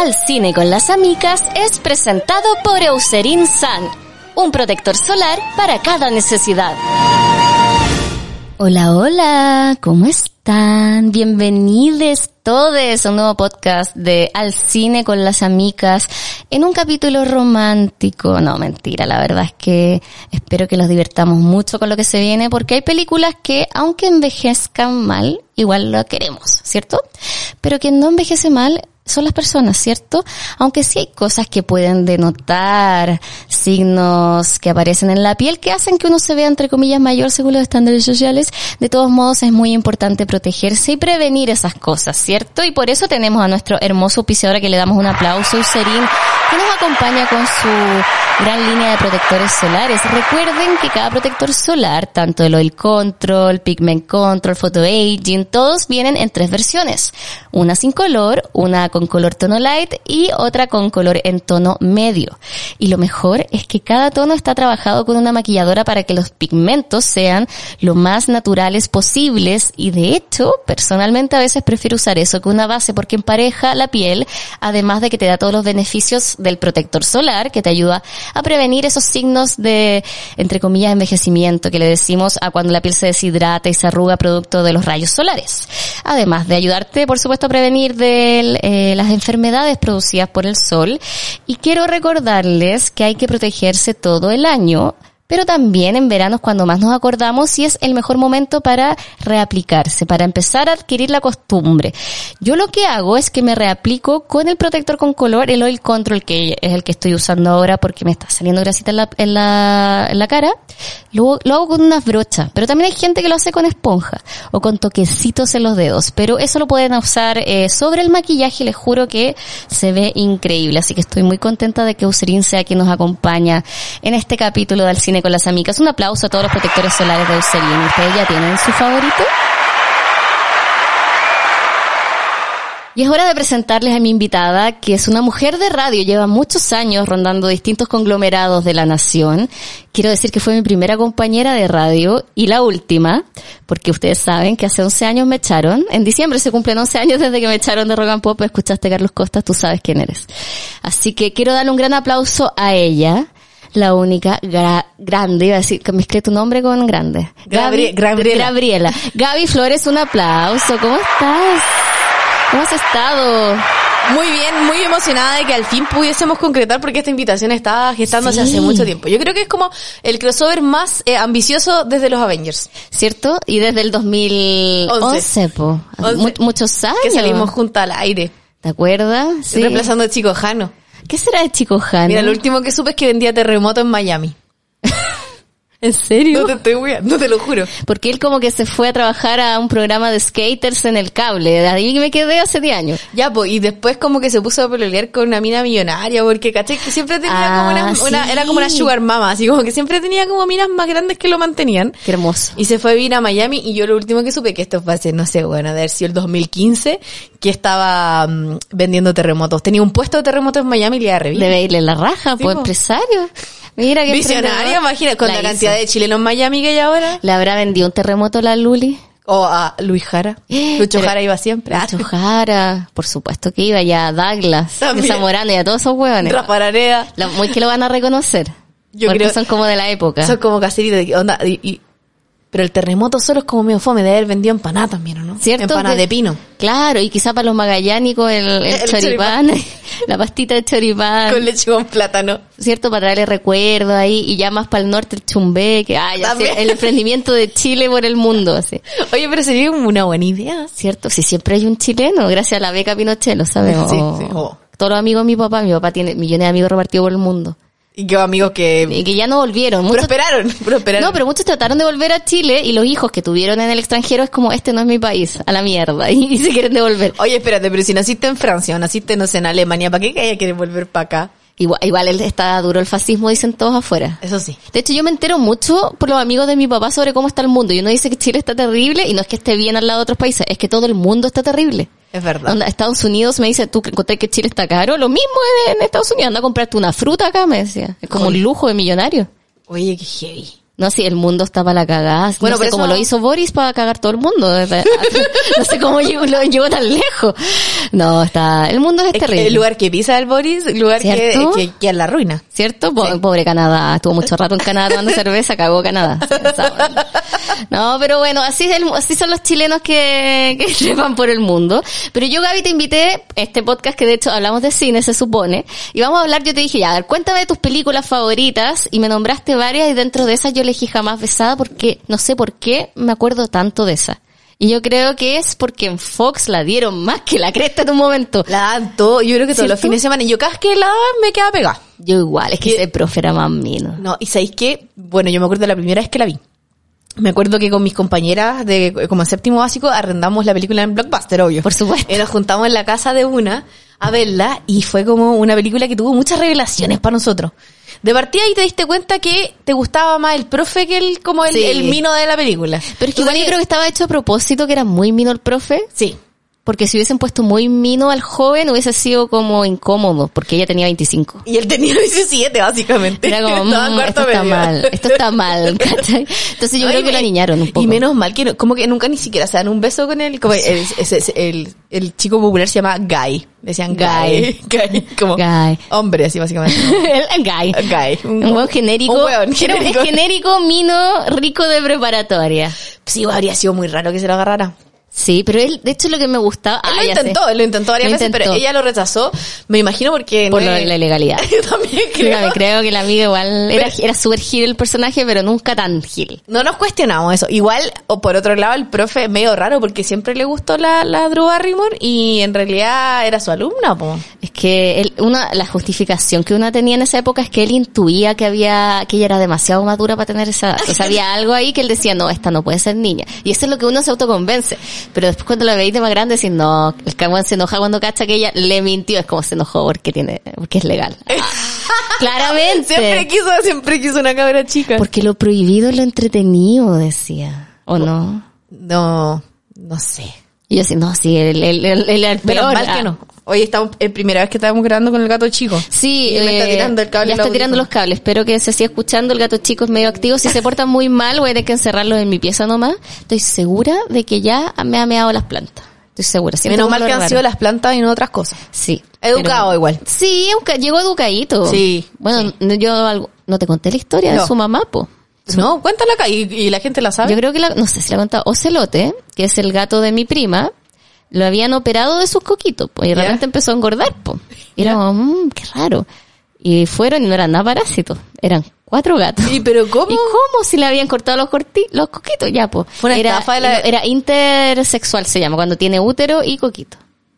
Al Cine con las Amigas es presentado por Eucerin Sun, un protector solar para cada necesidad. Hola, hola, ¿cómo están? Bienvenidos todos a un nuevo podcast de Al Cine con las Amigas en un capítulo romántico. No, mentira, la verdad es que espero que los divirtamos mucho con lo que se viene, porque hay películas que, aunque envejezcan mal, igual lo queremos, ¿cierto? Pero quien no envejece mal son las personas, ¿cierto? Aunque sí hay cosas que pueden denotar signos que aparecen en la piel que hacen que uno se vea, entre comillas, mayor según los estándares sociales. De todos modos, es muy importante protegerse y prevenir esas cosas, ¿cierto? Y por eso tenemos a nuestro hermoso auspiciador, que le damos un aplauso, Eucerin, que nos acompaña con su gran línea de protectores solares. Recuerden que cada protector solar, tanto el Oil Control, Pigment Control, Photo Aging, todos vienen en 3 versiones. Una sin color, una con color tono light y otra con color en tono medio. Y lo mejor es que cada tono está trabajado con una maquilladora para que los pigmentos sean lo más naturales posibles, y de hecho, personalmente a veces prefiero usar eso que una base, porque empareja la piel, además de que te da todos los beneficios del protector solar, que te ayuda a prevenir esos signos de, entre comillas, envejecimiento que le decimos a cuando la piel se deshidrata y se arruga producto de los rayos solares. Además de ayudarte, por supuesto, a prevenir las enfermedades producidas por el sol. Y quiero recordarles que hay que protegerse todo el año, pero también en verano es cuando más nos acordamos y es el mejor momento para reaplicarse, para empezar a adquirir la costumbre. Yo lo que hago es que me reaplico con el protector con color, el Oil Control, que es el que estoy usando ahora porque me está saliendo grasita en la cara. Lo hago con unas brochas, pero también hay gente que lo hace con esponja o con toquecitos en los dedos, pero eso lo pueden usar sobre el maquillaje y les juro que se ve increíble. Así que estoy muy contenta de que Eucerin sea quien nos acompaña en este capítulo de Al Cine con las Amigas. Un aplauso a todos los protectores solares de Eucerin. ¿Ustedes ya tienen su favorito? Y es hora de presentarles a mi invitada, que es una mujer de radio, lleva muchos años rondando distintos conglomerados de la nación. Quiero decir que fue mi primera compañera de radio y la última, porque ustedes saben que hace 11 años me echaron. En diciembre se cumplen 11 años desde que me echaron de Rock and Pop. Escuchaste a Carlos Costas, tú sabes quién eres. Así que quiero darle un gran aplauso a ella, la única, grande, iba a decir, que mezclé tu nombre con grande. Gabriela. Gaby Flores, un aplauso. ¿Cómo estás? ¿Cómo has estado? Muy bien, muy emocionada de que al fin pudiésemos concretar, porque esta invitación estaba gestándose hace mucho tiempo. Yo creo que es como el crossover más ambicioso desde los Avengers, ¿cierto? Y desde el 2011, muchos años. Que salimos juntos al aire. ¿Te acuerdas? Sí. Reemplazando a Chico Jano. ¿Qué será de Chico Jano? Mira, lo último que supe es que vendía terremoto en Miami. ¿En serio? No te estoy weando, no te lo juro. Porque él como que se fue a trabajar a un programa de skaters en el cable. De ahí me quedé hace 10 años. Ya, pues, y después como que se puso a pelear con una mina millonaria, porque caché que siempre tenía era como una sugar mama, así como que siempre tenía como minas más grandes que lo mantenían. Qué hermoso. Y se fue a vivir a Miami, y yo lo último que supe, que esto fue hace, no sé, bueno, de haber sido el 2015, que estaba vendiendo terremotos. Tenía un puesto de terremotos en Miami y le iba re bien. Debe irle la raja, pues, empresario. Mira qué visionaria, imagina, con la cantidad de chilenos en Miami que hay ahora. ¿Le habrá vendido un terremoto a la Luli? O a Luis Jara. Lucho Jara iba siempre. Lucho Jara, por supuesto que iba, ya a Douglas, de Zamorano y a todos esos huevones. Rafa Araneda. Muy que lo van a reconocer. Yo creo que son como de la época. Son como caseritos de onda, pero el terremoto solo es como medio fome, de haber vendido empanada también, ¿o no? ¿Cierto? Empanada de pino. Claro, y quizá para los magallánicos el choripán, la pastita de choripán. Con leche con plátano. ¿Cierto? Para darle recuerdo ahí, y ya más para el norte el chumbé, que el emprendimiento de Chile por el mundo, así. Oye, pero sería como una buena idea. ¿Cierto? Si siempre hay un chileno, gracias a la beca Pinochet, lo sabemos. Sí. Todos los amigos de mi papá tiene millones de amigos repartidos por el mundo. Y que amigos que ya no volvieron. Muchos prosperaron. No, pero muchos trataron de volver a Chile, y los hijos que tuvieron en el extranjero es como, este no es mi país, a la mierda, y se quieren devolver. Oye, espérate, pero si naciste en Francia o naciste, no sé, en Alemania, ¿para qué quieres volver para acá? Igual está duro el fascismo, dicen todos afuera. Eso sí. De hecho, yo me entero mucho por los amigos de mi papá sobre cómo está el mundo. Y uno dice que Chile está terrible, y no es que esté bien al lado de otros países, es que todo el mundo está terrible. Es verdad. Estados Unidos me dice, ¿tú encontré que Chile está caro? Lo mismo en Estados Unidos, anda a comprarte una fruta acá, me decía. Es como un lujo de millonario. Oye, qué heavy. No, sí, el mundo está para la cagada. Bueno, no sé cómo lo hizo Boris para cagar todo el mundo. No sé cómo llegó tan lejos. No, el mundo es terrible. El lugar que pisa el Boris, el lugar que es la ruina. ¿Cierto? Sí. Pobre Canadá. Estuvo mucho rato en Canadá tomando cerveza, cagó Canadá. No, pero bueno, así son los chilenos que trepan por el mundo. Pero yo, Gaby, te invité a este podcast que de hecho hablamos de cine, se supone. Y vamos a hablar, yo te dije, ya, a ver, cuéntame de tus películas favoritas. Y me nombraste varias y dentro de esas yo elegí Jamás Besada porque no sé por qué me acuerdo tanto de esa. Y yo creo que es porque en Fox la dieron más que la cresta en un momento. La dan todo, yo creo que todos los fines de semana. Y yo cada vez que la daban me quedaba pegada. Yo igual, es que ese profe era más mino. No, y ¿sabéis qué? Bueno, yo me acuerdo de la primera vez que la vi. Me acuerdo que con mis compañeras como en séptimo básico arrendamos la película en Blockbuster, obvio. Por supuesto. Y nos juntamos en la casa de una a verla y fue como una película que tuvo muchas revelaciones para nosotros. De partida ahí te diste cuenta que te gustaba más el profe que el mino de la película. Pero es que igual yo creo que estaba hecho a propósito, que era muy mino el profe. Sí. Porque si hubiesen puesto muy mino al joven hubiese sido como incómodo, porque ella tenía 25. Y él tenía 17, básicamente. Era como, esto está mal, ¿cachai? Entonces yo creo que lo aniñaron un poco. Y menos mal que como que nunca ni siquiera se dan un beso con él. Como el chico popular se llama Guy. Decían Guy. Como Guy. Hombre, así básicamente. El Guy. Guy. Un hueón genérico. Un hueón genérico. Era un genérico mino rico de preparatoria. Sí, habría sido muy raro que se lo agarrara. Sí, pero él, de hecho, lo que me gustaba... Él lo intentó varias veces, pero ella lo rechazó, me imagino porque... Por la ilegalidad. Yo también creo. Yo también creo que la amiga igual era súper gil el personaje, pero nunca tan gil. No nos cuestionamos eso. Igual, o por otro lado, el profe es medio raro porque siempre le gustó la Drew Barrymore y en realidad era su alumna, po. Es que la justificación que uno tenía en esa época es que él intuía que ella era demasiado madura para tener esa edad. O sea, había algo ahí que él decía, no, esta no puede ser niña. Y eso es lo que uno se autoconvence. Pero después cuando la veis de más grande decís, no, el cagüán se enoja cuando cacha que ella le mintió. Es como se enojó porque es legal. Claramente. Siempre quiso una cabra chica. Porque lo prohibido es lo entretenido, decía. ¿O no? No sé. Y yo decía, no, sí, el peor. Mal que no. Hoy estamos, es primera vez que estamos grabando con el gato chico. Sí, y me está tirando el cable. Ya está tirando los cables. Espero que se siga escuchando. El gato chico es medio activo. Si se porta muy mal, voy a tener que encerrarlos en mi pieza nomás. Estoy segura de que ya me ha meado las plantas. Estoy segura. Menos mal que han sido las plantas y no otras cosas. Sí. Educado igual. Sí, llegó educadito. Sí. Bueno, sí. Yo no te conté la historia de su mamá, po. No, cuéntala acá y la gente la sabe. Yo creo que no sé si la he contado. Ocelote, que es el gato de mi prima, lo habían operado de sus coquitos, pues, y de repente empezó a engordar, pues. Y era como, qué raro. Y fueron y no eran nada parásitos, eran 4 gatos. ¿Y pero cómo? ¿Y cómo si le habían cortado los coquitos? Ya, pues. Fue una estafa era intersexual, se llama, cuando tiene útero y coquito.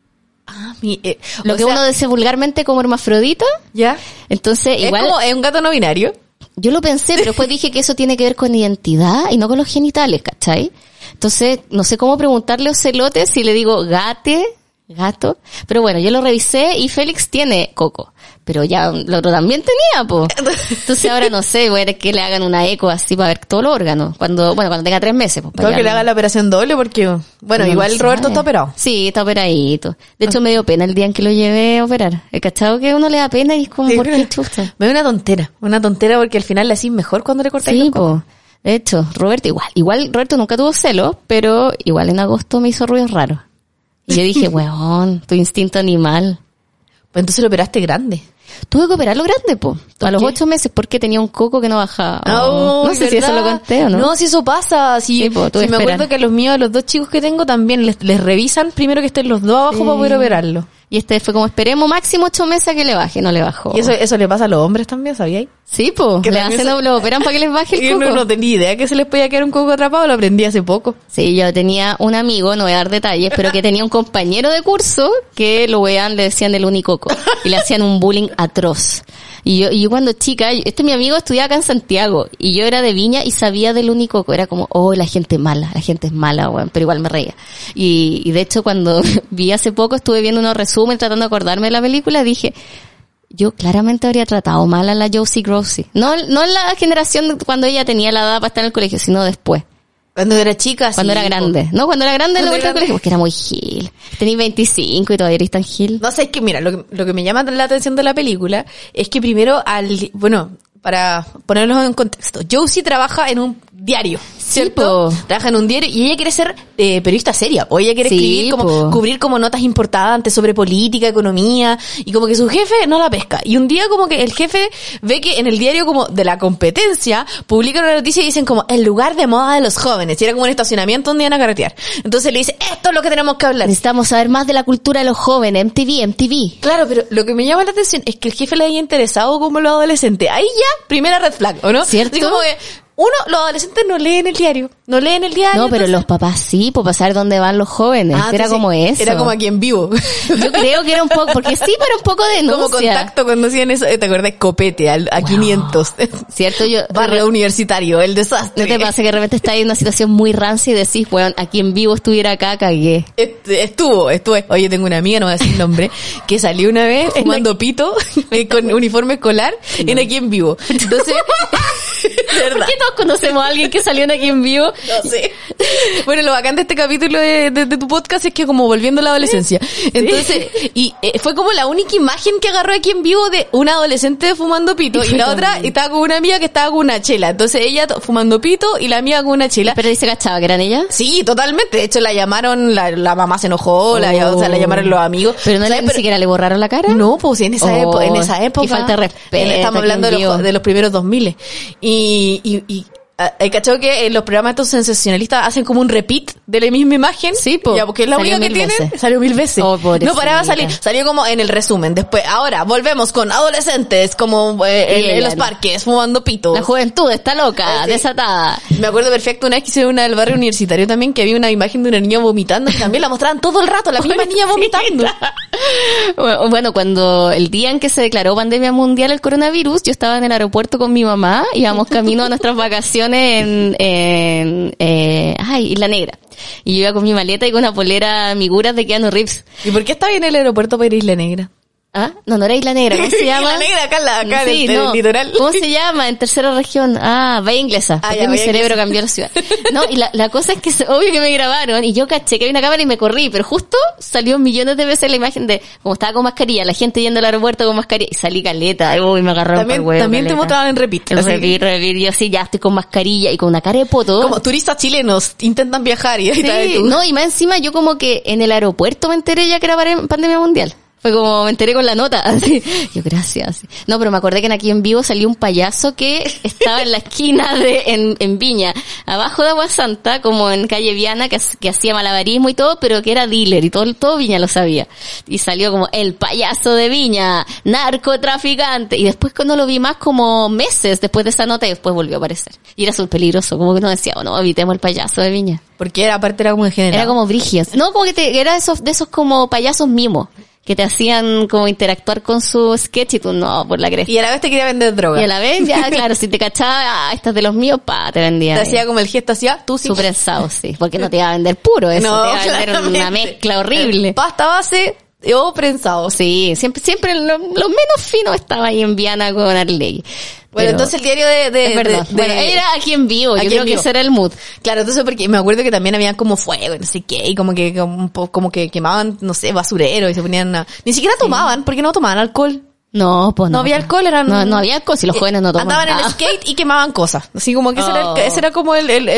Lo que uno dice vulgarmente como hermafrodita. Ya. Entonces, igual. Es un gato no binario. Yo lo pensé, pero después dije que eso tiene que ver con identidad y no con los genitales, ¿cachai? Entonces, no sé cómo preguntarle a Ocelote si le digo gato. Pero bueno, yo lo revisé y Félix tiene coco. Pero ya el otro también tenía, po. Entonces ahora no sé, voy a ver que le hagan una eco así para ver todos los órganos. Cuando tenga 3 meses, pues. Creo que le hagan la operación doble porque, bueno, igual Roberto está operado. Sí, está operadito. De hecho, me dio pena el día en que lo llevé a operar. El cachado que uno le da pena y es como, ¿por qué chusta? Me da una tontera porque al final le hacís mejor cuando le cortáis los cocos. Po. De hecho, Roberto igual Roberto nunca tuvo celos, pero igual en agosto me hizo ruidos raros. Y yo dije, weón, tu instinto animal. Pues entonces lo operaste grande. Tuve que operarlo grande, po. A los 8 meses porque tenía un coco que no bajaba. No sé si eso lo conté o no. No, si eso pasa. Si me acuerdo que a los 2 chicos que tengo también les revisan primero que estén los 2 abajo para poder operarlo. Y fue como, esperemos máximo 8 meses a que le baje, no le bajó. Y eso le pasa a los hombres también, ¿sabíais? Sí, po. Lo operan para que les baje el coco. Yo no tenía idea que se les podía quedar un coco atrapado, lo aprendí hace poco. Sí, yo tenía un amigo, no voy a dar detalles, pero que tenía un compañero de curso que le decían el unicoco. Y le hacían un bullying atroz. Y yo cuando chica, mi amigo estudiaba acá en Santiago, y yo era de Viña y sabía del unicoco. Era como, la gente es mala, weón, pero igual me reía. Y de hecho cuando vi hace poco, estuve viendo unos resúmenes tratando de acordarme de la película, dije, yo claramente habría tratado mal a la Josie Grossi. No en la generación cuando ella tenía la edad para estar en el colegio, sino después. Cuando era chica, sí. Cuando era grande. No, cuando era grande en el colegio, porque era muy gil. Tenía 25 y todavía eres tan gil. No sé, es que mira, lo que me llama la atención de la película es que primero para ponerlos en contexto. Josie trabaja en un diario, ¿cierto? Sí, trabaja en un diario y ella quiere ser periodista seria. O ella quiere escribir como, cubrir como notas importantes sobre política, economía, y como que su jefe no la pesca. Y un día como que el jefe ve que en el diario como de la competencia publican una noticia y dicen como el lugar de moda de los jóvenes. Y era como un estacionamiento donde iban a carretear. Entonces le dice, esto es lo que tenemos que hablar. Necesitamos saber más de la cultura de los jóvenes, MTV. Claro, pero lo que me llama la atención es que el jefe le haya interesado como los adolescentes. Ahí ya, primera red flag, ¿o no? ¿Cierto? Así como que, los adolescentes no leen el diario. No, pero entonces... los papás sí, para saber dónde van los jóvenes. Era como eso. Era como Aquí en Vivo. Yo creo que era un poco, porque sí, pero un poco de denuncia. Como Contacto cuando hacían eso, ¿te acuerdas? Copete, a 500. Cierto, Barrio universitario, el desastre. ¿No te pasa que de repente estás en una situación muy rancia y decís, bueno, Aquí en Vivo estuviera acá, cagué? Estuvo. Oye, tengo una amiga, no voy a decir nombre, que salió una vez fumando pito con uniforme escolar en Aquí en Vivo. Entonces... ¿Por qué todos conocemos a alguien que salió en Aquí en Vivo? No sé. Bueno, lo bacán de este capítulo de tu podcast es que como volviendo a la adolescencia. Entonces, y fue como la única imagen que agarró Aquí en Vivo de una adolescente fumando pito y la otra estaba con una amiga que estaba con una chela. Entonces ella fumando pito y la amiga con una chela. ¿Pero dice cachaba que eran ellas? Sí, totalmente. De hecho la llamaron, la mamá se enojó, la llamaron los amigos. ¿Pero ni siquiera le borraron la cara? No, pues en esa época. Y falta de respeto. Estamos hablando de los primeros 2000. Y hay cachado que en los programas estos sensacionalistas hacen como un repeat de la misma imagen. Sí, po. Ya, porque es la única que tienen. Salió 1000 veces. Oh, no paraba de salir. Salió como en el resumen. Después, ahora, volvemos con adolescentes como en los parques, fumando pito. La juventud está loca, desatada. Me acuerdo perfecto una vez que hice una del barrio universitario también, que había una imagen de una niña vomitando y también la mostraban todo el rato, la misma niña vomitando. Bueno, cuando el día en que se declaró pandemia mundial el coronavirus, yo estaba en el aeropuerto con mi mamá, íbamos camino a nuestras vacaciones en Isla Negra. Y yo iba con mi maleta y con una polera Miguras de Keanu Reeves. ¿Y por qué estaba en el aeropuerto para ir a Isla Negra? ¿Ah? No era Isla Negra, ¿cómo se llama? Isla Negra, acá sí, en el litoral. ¿Cómo se llama? En tercera región. Bahía Inglesa. Porque mi cerebro cambió la ciudad. No, y la cosa es que obvio que me grabaron y yo caché que había una cámara y me corrí, pero justo salió millones de veces la imagen de como estaba con mascarilla, la gente yendo al aeropuerto con mascarilla y salí caleta. Uy, me agarraron por huevo. También te mostraban en repeat. Repeat. Yo sí, ya estoy con mascarilla y con una cara de poto. Como turistas chilenos intentan viajar y ahí sí, no, y más encima yo como que en el aeropuerto me enteré ya que era pandemia mundial. Fue como, me enteré con la nota, así. Yo, gracias. No, pero me acordé que en Aquí en Vivo salió un payaso que estaba en la esquina en Viña, abajo de Agua Santa, como en calle Viana, que hacía malabarismo y todo, pero que era dealer y todo Viña lo sabía. Y salió como, el payaso de Viña, narcotraficante. Y después cuando lo vi más como meses después de esa nota y después volvió a aparecer. Y era súper peligroso, como que uno decía, no, evitemos el payaso de Viña. Porque aparte era como en general. Era como brígidos. No, porque era de esos como payasos mimos. Que te hacían como interactuar con su sketch y tú no, por la cresta. Y a la vez te quería vender droga. Y a la vez, ya, claro, si te cachaba, esta es de los míos, te vendía. Te hacía como el gesto, tú sí. Su prensado, sí. Porque no te iba a vender puro eso, no, te iba a vender una mezcla horrible. Pasta base o prensado. Sí, siempre lo menos fino estaba ahí en Viana con Arley. Bueno, entonces el diario es verdad. Bueno, era Aquí en Vivo, yo creo que ese era el mood. Claro, entonces porque me acuerdo que también había como fuego, no sé qué, y como que quemaban, no sé, basurero y se ponían ni siquiera tomaban, porque no tomaban alcohol. No, pues no. No había alcohol, no había alcohol, si los jóvenes no tomaban. Andaban en skate y quemaban cosas. Así como que ese era como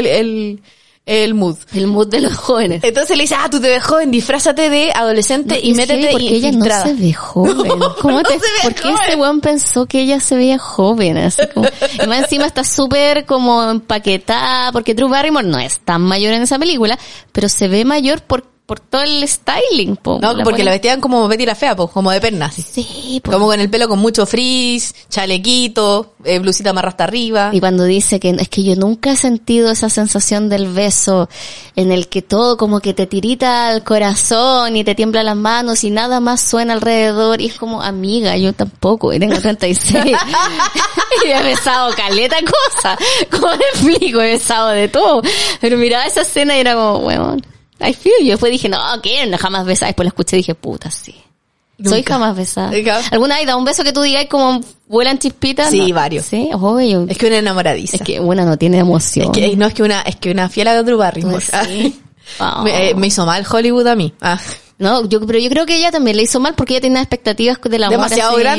el mood. El mood de los jóvenes. Entonces le dice, tú te ves joven, disfrázate de adolescente y métete porque ella no se ve joven. ¿Por qué ese weón pensó que ella se veía joven? Así como, y más encima está súper como empaquetada, porque Drew Barrymore no es tan mayor en esa película, pero se ve mayor por todo el styling, No, porque la vestían como Betty la Fea, como de pernas. Sí, como con el pelo con mucho frizz, chalequito, blusita amarrada hasta arriba. Y cuando dice que es que yo nunca he sentido esa sensación del beso en el que todo como que te tirita al corazón y te tiembla las manos y nada más suena alrededor y es como, amiga, yo tampoco, tengo 36. Y he besado caleta cosas. ¿Cómo te explico? He besado de todo. Pero miraba esa escena y era como, bueno, I feel you. Después dije, no, ¿qué? Jamás besada. Después la escuché y dije, puta, sí. Nunca. Soy jamás besada. ¿Alguna vez da un beso que tú digas como vuelan chispitas? Sí, no. Varios. Sí, obvio. Es que una enamoradiza. Es que una no tiene emoción. Es que una fiel a Drew Barrymore. Pues sí. Oh. Me hizo mal Hollywood a mí. No, pero yo creo que ella también le hizo mal porque ella tenía expectativas del amor demasiado así, grande.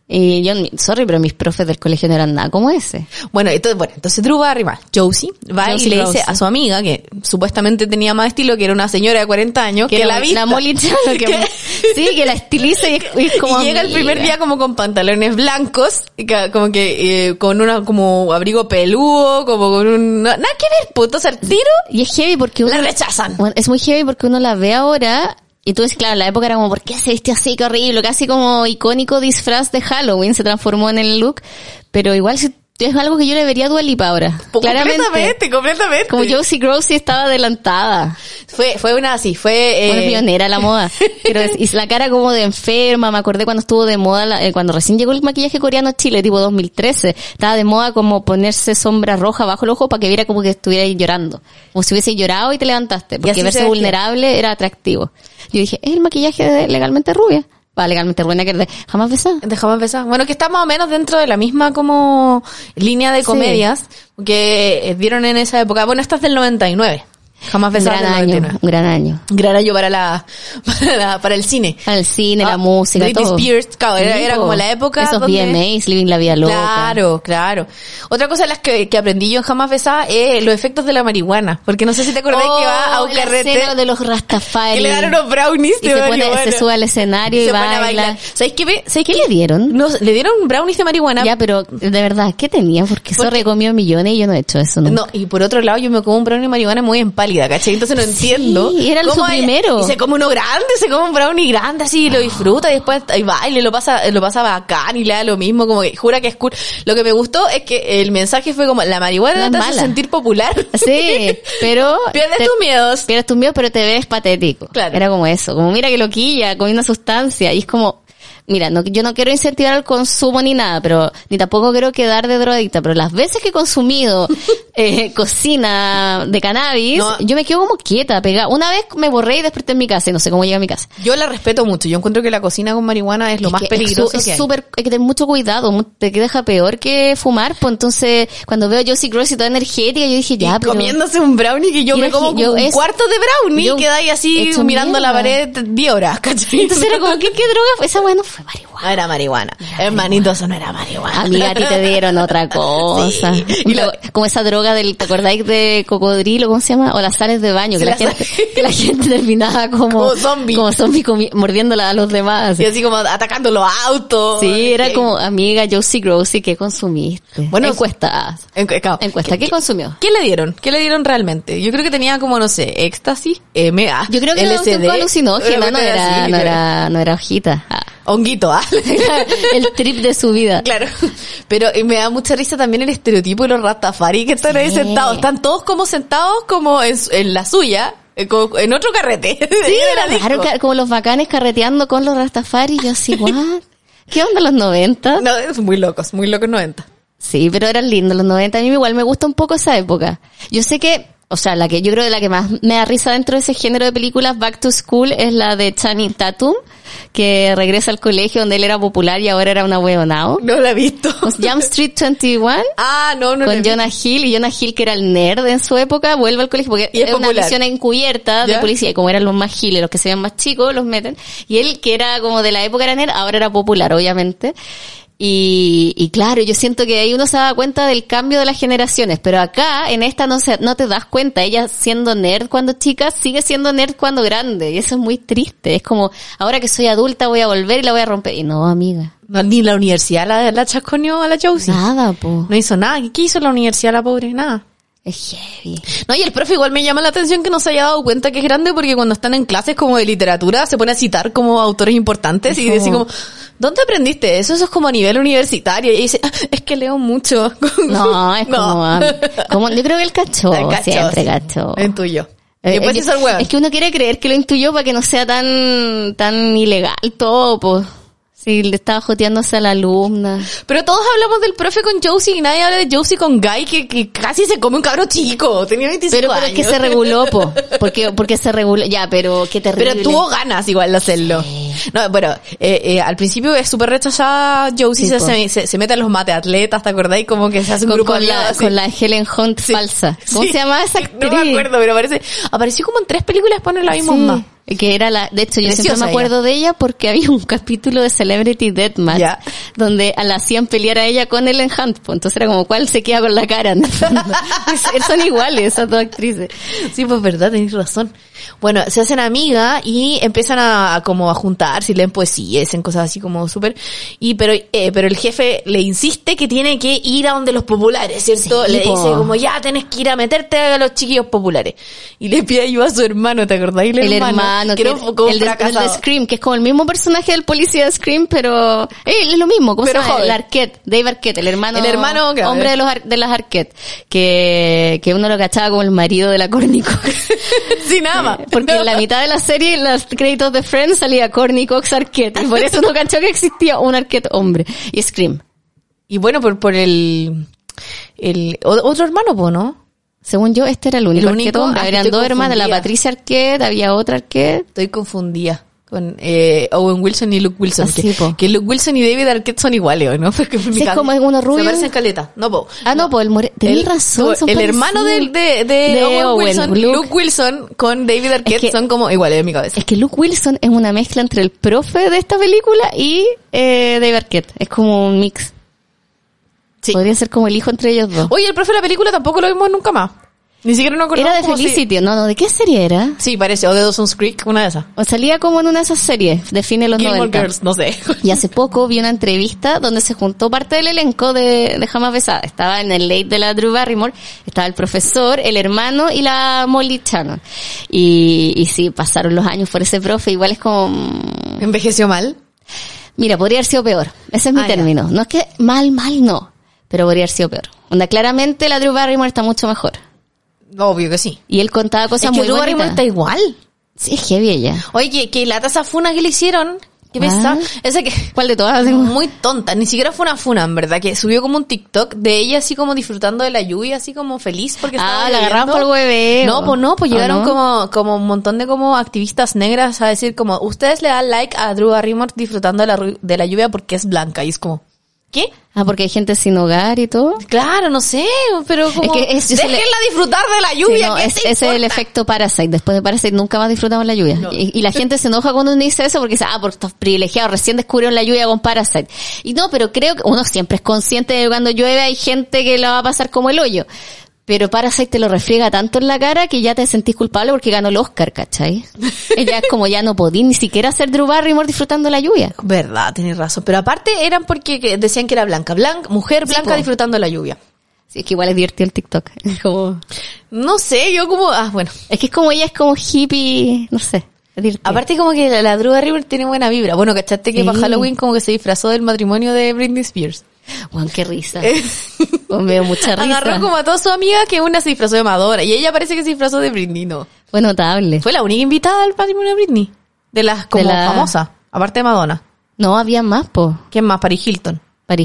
Y yo, sorry, pero mis profes del colegio no eran nada como ese. Bueno, entonces Drew Barrymore, Josie, y le dice a su amiga, que supuestamente tenía más estilo, que era una señora de 40 años, que la vista. La Molly Chano, sí, que la estiliza y es como y llega el primer día como con pantalones blancos, como que con una como abrigo peludo, como con un... Nada que ver, puto, ser tiro. Y es heavy porque la rechazan. Bueno, es muy heavy porque uno la ve ahora... Y tú ves, claro, en la época era como, ¿por qué se viste así? Qué horrible, casi como icónico disfraz de Halloween se transformó en el look. Pero igual es algo que yo le vería a Dua Lipa ahora. Completamente. Como Josie Grossi estaba adelantada. Fue una pionera la moda. Pero y la cara como de enferma, me acordé cuando estuvo de moda, cuando recién llegó el maquillaje coreano a Chile, tipo 2013. Estaba de moda como ponerse sombra roja bajo el ojo para que viera como que estuviera ahí llorando. Como si hubiese llorado y te levantaste. Porque verse vulnerable era atractivo. Yo dije, es el maquillaje de Legalmente Rubia. Legalmente Rubia, que de Jamás Besada. De Jamás Besada. Bueno, que está más o menos dentro de la misma como línea de comedias que dieron en esa época. Bueno, esta es del 99. Jamás Besada del 99. Un gran año. Gran año para el cine. Para el cine, la música, Britney todo. Spears, claro, era como la época esos donde... VMAs, Living la Vida Loca. Claro. Otra cosa de las que aprendí yo en Jamás Besada es los efectos de la marihuana. Porque no sé si te acordás que va a un carrete. De los Rastafari. Y le dan unos brownies de marihuana. Se sube al escenario y baila. ¿Sabes qué le dieron? No, le dieron brownies de marihuana. Ya, pero de verdad, ¿qué tenía? Porque Sorry comió millones y yo no he hecho eso nunca. No, y por otro lado yo me como un brownie de marihuana muy en pálida, ¿cachai? Entonces no entiendo. Sí, era su primero. Y se come uno grande, se come un brownie grande así, y lo disfruta y después y baila y lo pasa bacán y le da lo mismo, como que jura que es cool. Lo que me gustó es que el mensaje fue como, la marihuana te hace sentir popular. Sí, pero... Pierdes tus miedos, pero te ves patético. Claro. Era como eso, como mira que loquilla, con una sustancia, y es como... Mira, yo no quiero incentivar el consumo ni nada, pero ni tampoco quiero quedar de drogadicta, pero las veces que he consumido cocina de cannabis, yo me quedo como quieta, pegada. Una vez me borré y desperté en mi casa y no sé cómo llegué a mi casa. Yo la respeto mucho. Yo encuentro que la cocina con marihuana es lo más peligroso que hay. Es súper, hay que tener mucho cuidado, te deja peor que fumar, pues entonces cuando veo a Josie Grossi toda energética, yo dije ya, pero... comiéndose un brownie que yo me como un cuarto de brownie y queda ahí así mirando la pared 10 horas, ¿cachai? Entonces era como, ¿qué droga fue? Esa bueno fue marihuana. Era marihuana. Hermanito, eso no era marihuana. Amiga, a ti te dieron otra cosa. Sí. Como esa droga ¿te acordáis de cocodrilo? ¿Cómo se llama? O las sales de baño, que la gente terminaba como zombie mordiéndola a los demás. Y así como atacando los autos. Sí, era como, amiga, Josie Grossi, ¿qué consumiste? Bueno, encuesta. ¿Qué consumió? ¿Qué le dieron? ¿Qué le dieron realmente? Yo creo que tenía como, no sé, éxtasis, MA, yo creo que LSD. Era un poco alucinógena, no era hojita. Honguito, el trip de su vida. Claro. Pero me da mucha risa también el estereotipo de los Rastafari que están ahí sentados. Están todos como sentados como en la suya, en otro carrete. Sí, era raro, como los bacanes carreteando con los Rastafari. Yo así, ¿what? ¿Qué onda los 90? No, es muy locos 90. Sí, pero eran lindos los 90. A mí igual me gusta un poco esa época. Yo sé que, o sea, yo creo que la que más me da risa dentro de ese género de películas, Back to School, es la de Channing Tatum, que regresa al colegio donde él era popular y ahora era una huevonao. No la he visto. Jump Street 21. No. Con Jonah Hill, y Jonah Hill, que era el nerd en su época, vuelve al colegio porque es una misión encubierta de policía, y como eran los más giles, los que se ven más chicos, los meten. Y él, que era como de la época era nerd, ahora era popular, obviamente. Y claro, yo siento que ahí uno se da cuenta del cambio de las generaciones, pero acá, en esta no te das cuenta. Ella siendo nerd cuando chica, sigue siendo nerd cuando grande, y eso es muy triste. Es como, ahora que soy adulta voy a volver y la voy a romper. Y no, amiga. No, ni la universidad la chasconeó a la Josie. Nada, po. No hizo nada. ¿Qué hizo la universidad la pobre? Nada. Es heavy. No, y el profe igual me llama la atención que no se haya dado cuenta que es grande, porque cuando están en clases como de literatura se pone a citar como autores importantes y decir como, ¿dónde aprendiste eso? Eso es como a nivel universitario. Y dice, es que leo mucho. No, es como yo creo que él cachó. Siempre cachó. Intuyo. Después hizo el huevo. Es que uno quiere creer que lo intuyó para que no sea tan ilegal todo, pues. Sí, le estaba joteándose a la alumna. Pero todos hablamos del profe con Josie y nadie habla de Josie con Guy, que casi se come un cabro chico. Tenía 25 años. Pero es que se reguló, po. Porque se reguló. Ya, pero qué terrible. Pero tuvo ganas igual de hacerlo. Sí. No, bueno, al principio es súper rechazada Josie, sí, se mete a los mateatletas, ¿te acordáis? Como que se hace un grupo con la Helen Hunt falsa. ¿Cómo se llama esa actriz? No me acuerdo, pero apareció como en 3 películas, pone la misma onda. Que era de hecho, yo Preciosa siempre me acuerdo de ella porque había un capítulo de Celebrity Deathmatch donde la hacían pelear a ella con Ellen Hunt, pues entonces era como, ¿cuál se queda con la cara? En el fondo. Son iguales esas dos actrices. Sí, pues verdad, tenés razón. Bueno, se hacen amigas y empiezan a como a juntarse y leen poesía, hacen cosas así como súper, pero el jefe le insiste que tiene que ir a donde los populares, ¿cierto? Sí, le dice como, ya tenés que ir a meterte a los chiquillos populares. Y le pide ayuda a su hermano, ¿te acordás? El hermano, que era el de Scream, que es como el mismo personaje del policía de Scream, pero es lo mismo, ¿cómo se llama? El Arquette, Dave Arquette, el hermano claro, hombre de las Arquette, que uno lo cachaba como el marido de la Courtney Cox. Sí, nada más. Porque en la mitad de la serie, en los créditos de Friends, salía Courtney Cox Arquette, y por eso no cachó que existía un Arquette hombre. Y Scream. Y bueno, por el otro hermano, ¿no? Según yo, este era el único Arquette hombre. Habían dos hermanas, la Patricia Arquette, había otra Arquette. Estoy confundida con Owen Wilson y Luke Wilson. Que Luke Wilson y David Arquette son iguales, ¿no? Porque sí, es como uno rubio. Se parecen caleta. No, po. Tenés razón, son el hermano de Owen Wilson, Luke Wilson con David Arquette son como iguales en mi cabeza. Es que Luke Wilson es una mezcla entre el profe de esta película y David Arquette. Es como un mix. Sí. Podría ser como el hijo entre ellos dos. Oye, el profe de la película tampoco lo vimos nunca más. Ni siquiera nos acordamos. Era de Felicity, no, ¿de qué serie era? Sí, parece, o de Dawson's Creek, una de esas. O salía como en una de esas series de fines de los Gilmore 90. Girls, no sé. Y hace poco vi una entrevista donde se juntó parte del elenco de Jamás Besada. Estaba en el late de la Drew Barrymore, estaba el profesor, el hermano y la Molly Shannon. Y sí, pasaron los años por ese profe, igual es como... ¿Envejeció mal? Mira, podría haber sido peor. Ese es mi término. No es que mal, no. Pero podría haber sido peor. Onda, claramente la Drew Barrymore está mucho mejor. Obvio que sí. Y él contaba cosas muy bonitas. Drew Barrymore está igual. Sí, es heavy ella. Oye, que lata esa funa que le hicieron. ¿Qué pesa? Esa que... ¿Cuál de todas? Muy tonta. Ni siquiera fue una funa, en verdad. Que subió como un TikTok de ella así como disfrutando de la lluvia, así como feliz porque estaba la agarraron por el hueveo. No, pues llegaron como un montón de como activistas negras a decir como, ustedes le dan like a Drew Barrymore disfrutando de la lluvia porque es blanca. Y es como... ¿Qué? Porque hay gente sin hogar y todo. Claro, no sé, pero como... déjenla disfrutar de la lluvia. Sí, no, ese es el efecto Parasite. Después de Parasite nunca más disfrutamos la lluvia. No. Y la gente se enoja cuando uno dice eso porque dice, porque estos privilegiados recién descubrieron la lluvia con Parasite. Y no, pero creo que uno siempre es consciente de que cuando llueve hay gente que la va a pasar como el hoyo. Pero Parasite te lo refriega tanto en la cara que ya te sentís culpable porque ganó el Oscar, ¿cachai? Ella es como ya no podía ni siquiera ser Drew Barrymore disfrutando la lluvia. Verdad, tenés razón. Pero aparte eran porque decían que era mujer blanca disfrutando la lluvia. Sí, es que igual es divertido el TikTok. Como... No sé, yo como... bueno. Es que es como ella es como hippie, no sé. Aparte como que la Drew Barrymore tiene buena vibra. Bueno, ¿cachaste que para Halloween como que se disfrazó del matrimonio de Britney Spears? Juan, qué risa. Me dio mucha risa. Agarró como a todas sus amigas que una se disfrazó de Madonna y ella parece que se disfrazó de Britney, ¿no? Fue notable. Fue la única invitada al matrimonio de Britney. De las como famosas, aparte de Madonna. No, había más, po. ¿Quién más? Paris Hilton.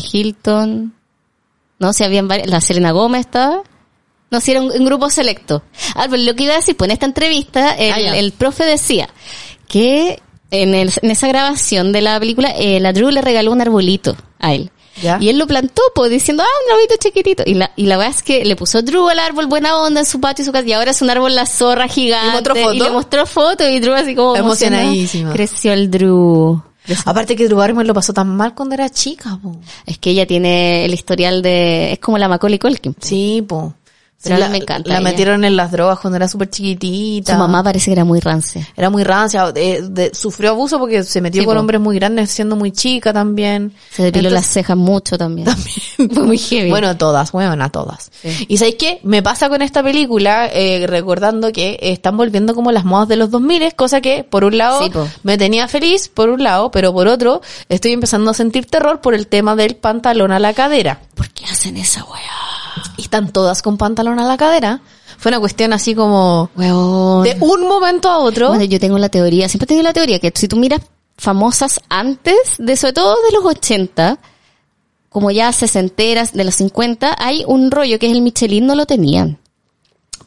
No, si habían varias. La Selena Gomez estaba. No, si era un grupo selecto. Pero lo que iba a decir, pues en esta entrevista, el profe decía que en esa grabación de la película, la Drew le regaló un arbolito a él. ¿Ya? Y él lo plantó, pues, diciendo, un arbolito chiquitito. Y la verdad es que le puso Drew al árbol buena onda en su patio y su casa. Y ahora es un árbol la zorra gigante. Y le mostró fotos y Drew así como emocionadísima. Creció el Drew. Aparte que Drew Barrymore lo pasó tan mal cuando era chica, po. Es que ella tiene el historial es como la Macaulay Culkin. Sí, po. Pero a mí me encanta. La metieron en las drogas cuando era súper chiquitita. Su mamá parece que era muy rancia. Sufrió abuso porque se metió con hombres muy grandes siendo muy chica también. Se depiló las cejas mucho también. Fue muy heavy. Bueno, a todas. Sí. Y ¿sabes qué? Me pasa con esta película, recordando que están volviendo como las modas de los 2000, cosa que, por un lado, me tenía feliz, por un lado, pero por otro, estoy empezando a sentir terror por el tema del pantalón a la cadera. ¿Por qué hacen esa weá? Y están todas con pantalón a la cadera. Fue una cuestión así como... Weón. De un momento a otro. Bueno, yo tengo la teoría, siempre he tenido la teoría que si tú miras famosas antes, sobre todo de los 80, como ya sesenteras, de los 50, hay un rollo que es el Michelin, no lo tenían.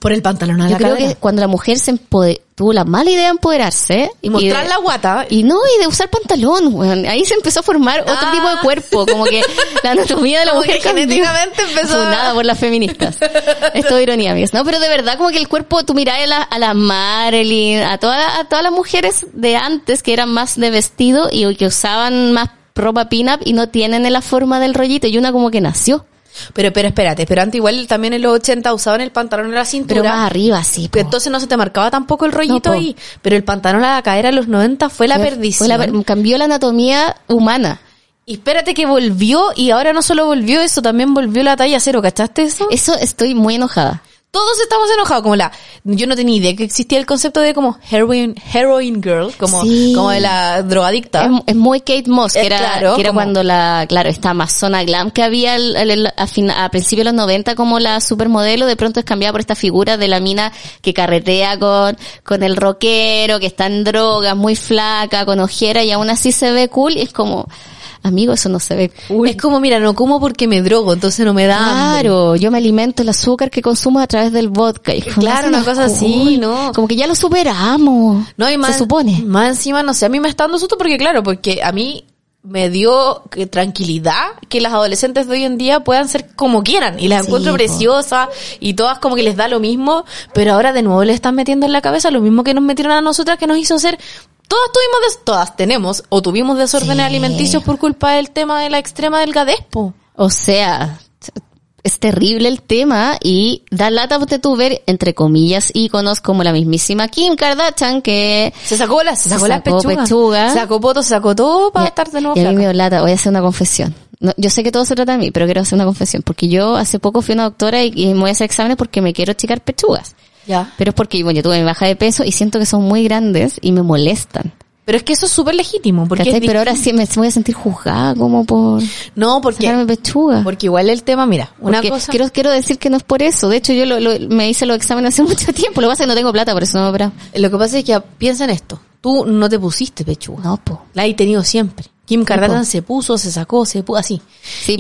Por el pantalón a la cadera. Yo creo que cuando la mujer tuvo la mala idea de empoderarse. Y mostrar la guata. Y de usar pantalón, weón. Ahí se empezó a formar otro tipo de cuerpo. Como que la anatomía de la mujer genéticamente empezó nada por las feministas. Esto es ironía, amigas. No, pero de verdad como que el cuerpo, tú mirás a la Marilyn, a todas las mujeres de antes que eran más de vestido y que usaban más ropa pin-up y no tienen la forma del rollito. Y una como que nació. Pero espérate, pero antes igual también en los 80 usaban el pantalón en la cintura. Pero más arriba, sí. Pero entonces no se te marcaba tampoco el rollito ahí. Pero el pantalón a la cadera en los 90 fue la perdición. Cambió la anatomía humana. Y espérate que volvió, y ahora no solo volvió eso, también volvió la talla cero, ¿cachaste eso? Eso estoy muy enojada. Todos estamos enojados, yo no tenía idea que existía el concepto de como heroin girl, como de la drogadicta. Es muy Kate Moss, que era como cuando esta amazona glam que había a principios de los 90 como la supermodelo, de pronto es cambiada por esta figura de la mina que carretea con el rockero, que está en drogas, muy flaca, con ojera, y aún así se ve cool, y es como... Amigo, eso no se ve cool. Es como, mira, no como porque me drogo, entonces no me da Claro, hambre. Yo me alimento el azúcar que consumo a través del vodka. Y claro, una cosa así, ¿no? Como que ya lo superamos. No, y más, se supone. Más encima, no sé, a mí me está dando susto porque a mí me dio tranquilidad que las adolescentes de hoy en día puedan ser como quieran. Y las encuentro preciosas y todas como que les da lo mismo, pero ahora de nuevo le están metiendo en la cabeza lo mismo que nos metieron a nosotras, que nos hizo ser... Todas tenemos o tuvimos desórdenes alimenticios por culpa del tema de la extrema delgadez, po. O sea, es terrible el tema y da lata de tu ver, entre comillas, íconos como la mismísima Kim Kardashian, que se sacó las pechugas, se sacó fotos, se sacó todo para estar de nuevo flaca. Y a mí me dio lata, voy a hacer una confesión. No, yo sé que todo se trata de mí, pero quiero hacer una confesión, porque yo hace poco fui a una doctora y me voy a hacer exámenes porque me quiero achicar pechugas. Ya. Pero es porque, yo tuve mi baja de peso y siento que son muy grandes y me molestan. Pero es que eso es súper legítimo. Porque pero ahora sí me voy a sentir juzgada como por... No, porque... sacarme pechuga. Porque igual el tema, mira, cosa... Quiero decir que no es por eso. De hecho, yo me hice los exámenes hace mucho tiempo. Lo que pasa es que no tengo plata, por eso no me he operado. Lo que pasa es que piensa en esto. Tú no te pusiste pechuga. No, po. La he tenido siempre. Kim Kardashian se puso, se sacó, así. Sí,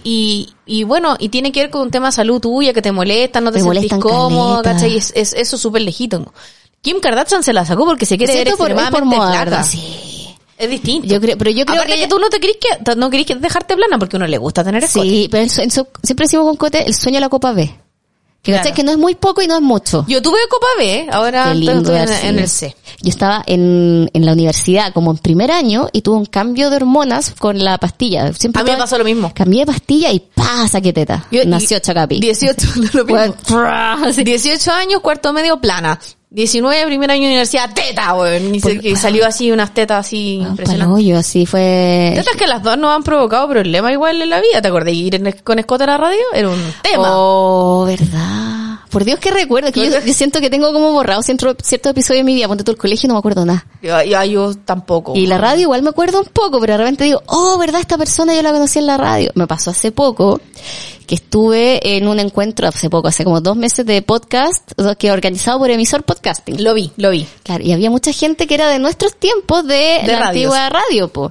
y bueno, y tiene que ver con un tema de salud tuya, que te molesta, no te sentís cómodo, ¿cachai? Eso es súper legítimo. Kim Kardashian se la sacó porque se quiere ver extremadamente flaca. Sí. Es distinto. Yo creo aparte que tú no querés dejarte plana porque a uno le gusta tener escote. Sí, pero siempre decimos con Cote el sueño de la copa B. Que no es muy poco y no es mucho. Yo tuve copa B, ahora estoy en el C. Yo estaba en la universidad como en primer año y tuve un cambio de hormonas con la pastilla. Siempre a mí me pasó lo mismo. Cambié de pastilla y saqué teta. Nació Chacapi. 18, lo mismo. 18 años, cuarto medio, plana. 19, primer año de universidad, teta, weón. Y salió así, unas tetas así impresionantes. Palollo, así fue. Tetas que las dos nos han provocado problemas igual en la vida. ¿Te acordás? Ir con escote a la radio era un tema. Oh, verdad. Por Dios que recuerdo, que yo siento que tengo como borrado ciertos episodios de mi vida. Ponte tú el colegio y no me acuerdo nada. Yo tampoco. Y la radio igual me acuerdo un poco, pero de repente digo, verdad, esta persona yo la conocí en la radio. Me pasó hace poco que estuve en un encuentro hace como 2 meses de podcast que organizado por Emisor Podcasting. Lo vi. Claro, y había mucha gente que era de nuestros tiempos de la radios. Antigua radio, po.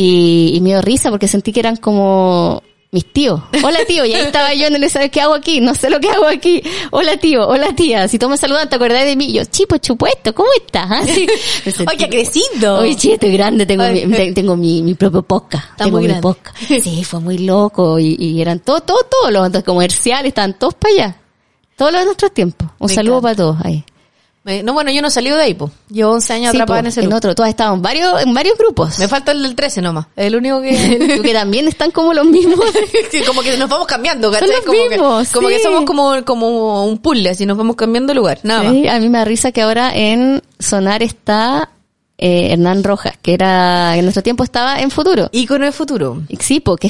Y me dio risa porque sentí que eran como mis tíos. Hola tío, y ahí estaba yo, no sé qué hago aquí, no sé lo que hago aquí. Hola tío, hola tía, si todos me saludan, ¿te acordás de mí? Yo, chipo, chupuesto, ¿cómo estás? Así, oye, ha crecido. Oye, sí, estoy grande, tengo mi propio podcast. Tengo mi podcast. Sí, fue muy loco y eran todos los comerciales, estaban todos para allá. Todos los de nuestros tiempos. Un saludo para todos ahí. No, bueno, yo no he salido de ahí, po. Llevo 11 años atrapada en ese grupo. Todas estaban en varios grupos. Me falta el del 13 nomás. Es el único que... que también están como los mismos. Sí, como que nos vamos cambiando, ¿cachai? Son los mismos, como que somos como un puzzle, así nos vamos cambiando de lugar, nada más. Sí, a mí me da risa que ahora en Sonar está Hernán Rojas, que en nuestro tiempo estaba en Futuro. Ícono de Futuro. Sí, porque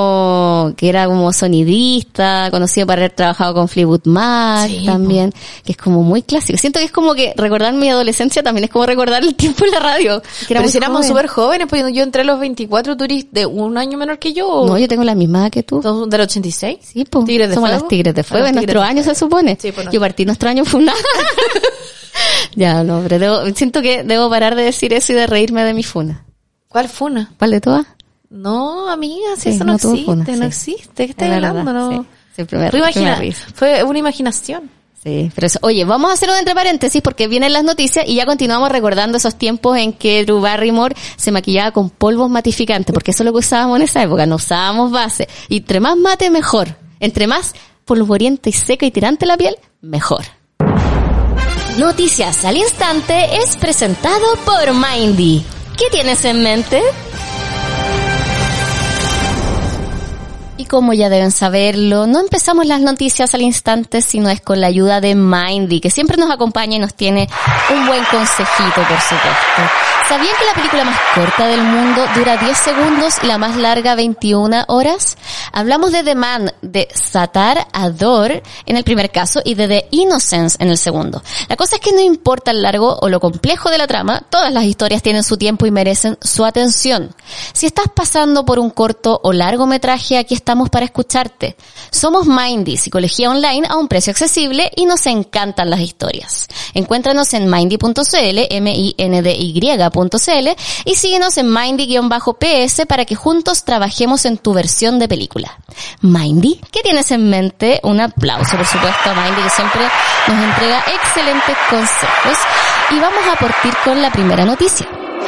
que era como sonidista, conocido por haber trabajado con Fleetwood Mac también, que es como muy clásico. Siento que es como que recordar mi adolescencia también es como recordar el tiempo en la radio. Pero si éramos súper jóvenes, pues yo entré a los 24, tú eres de un año menor que yo. No, yo tengo la misma edad que tú. ¿Son del 86? Sí, pues. ¿Tigres de Somos Fuego? Las Tigres de Fuego, en nuestro año se supone. Sí, pues no. Yo partí nuestro año fue Ya, no, pero siento que debo parar de decir eso y de reírme de mi funa. ¿Cuál funa? ¿Cuál de todas? No, amiga, si eso no existe, funa, no existe. ¿Qué estás hablando? No. Sí. Siempre me río. Fue una imaginación. Sí, pero eso, oye, vamos a hacer un entre paréntesis porque vienen las noticias y ya continuamos recordando esos tiempos en que Drew Barrymore se maquillaba con polvos matificantes, porque eso es lo que usábamos en esa época, no usábamos base. Y entre más mate, mejor. Entre más polvorienta y seca y tirante la piel, mejor. Noticias al Instante es presentado por Mindy. ¿Qué tienes en mente? Y como ya deben saberlo, no empezamos las noticias al instante, sino es con la ayuda de Mindy, que siempre nos acompaña y nos tiene un buen consejito, por supuesto. ¿Sabían que la película más corta del mundo dura 10 segundos y la más larga 21 horas? Hablamos de The Man, de Satar Ador en el primer caso y de The Innocence en el segundo. La cosa es que no importa el largo o lo complejo de la trama, todas las historias tienen su tiempo y merecen su atención. Si estás pasando por un corto o largometraje, aquí estamos para escucharte. Somos Mindy, psicología online a un precio accesible y nos encantan las historias. Encuéntranos en mindy.cl, mindy.cl y síguenos en Mindy-PS para que juntos trabajemos en tu versión de película. Mindy, ¿qué tienes en mente? Un aplauso, por supuesto, a Mindy, que siempre nos entrega excelentes consejos. Y vamos a partir con la primera noticia.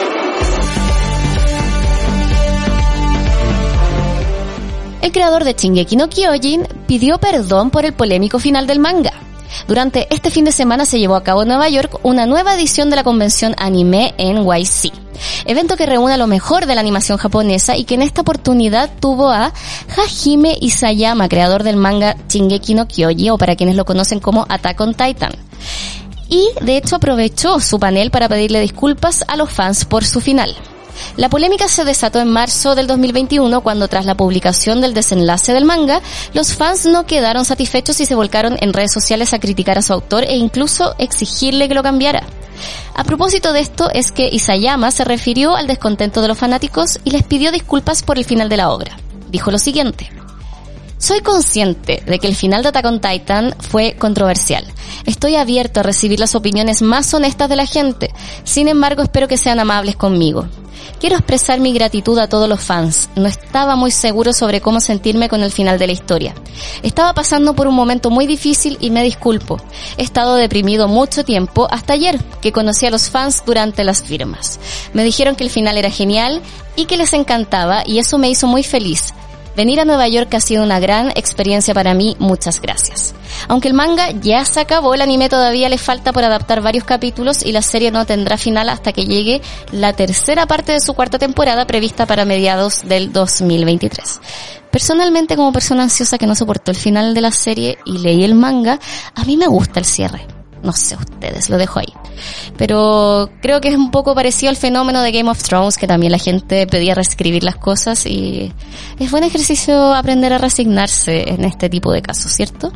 El creador de Shingeki no Kyojin pidió perdón por el polémico final del manga. Durante este fin de semana se llevó a cabo en Nueva York una nueva edición de la convención anime NYC, evento que reúne a lo mejor de la animación japonesa y que en esta oportunidad tuvo a Hajime Isayama, creador del manga Shingeki no Kyojin, o para quienes lo conocen como Attack on Titan. Y de hecho aprovechó su panel para pedirle disculpas a los fans por su final. La polémica se desató en marzo del 2021 cuando tras la publicación del desenlace del manga, los fans no quedaron satisfechos y se volcaron en redes sociales a criticar a su autor e incluso exigirle que lo cambiara. A propósito de esto es que Isayama se refirió al descontento de los fanáticos y les pidió disculpas por el final de la obra. Dijo lo siguiente: soy consciente de que el final de Attack on Titan fue controversial. Estoy abierto a recibir las opiniones más honestas de la gente. Sin embargo, espero que sean amables conmigo. Quiero expresar mi gratitud a todos los fans. No estaba muy seguro sobre cómo sentirme con el final de la historia. Estaba pasando por un momento muy difícil y me disculpo. He estado deprimido mucho tiempo, hasta ayer, que conocí a los fans durante las firmas. Me dijeron que el final era genial y que les encantaba, y eso me hizo muy feliz. Venir a Nueva York ha sido una gran experiencia para mí, muchas gracias. Aunque el manga ya se acabó, el anime todavía le falta por adaptar varios capítulos y la serie no tendrá final hasta que llegue la tercera parte de su cuarta temporada prevista para mediados del 2023. Personalmente, como persona ansiosa que no soportó el final de la serie y leí el manga, a mí me gusta el cierre. No sé ustedes, lo dejo ahí. Pero creo que es un poco parecido al fenómeno de Game of Thrones, que también la gente pedía reescribir las cosas y es buen ejercicio aprender a resignarse en este tipo de casos, ¿cierto?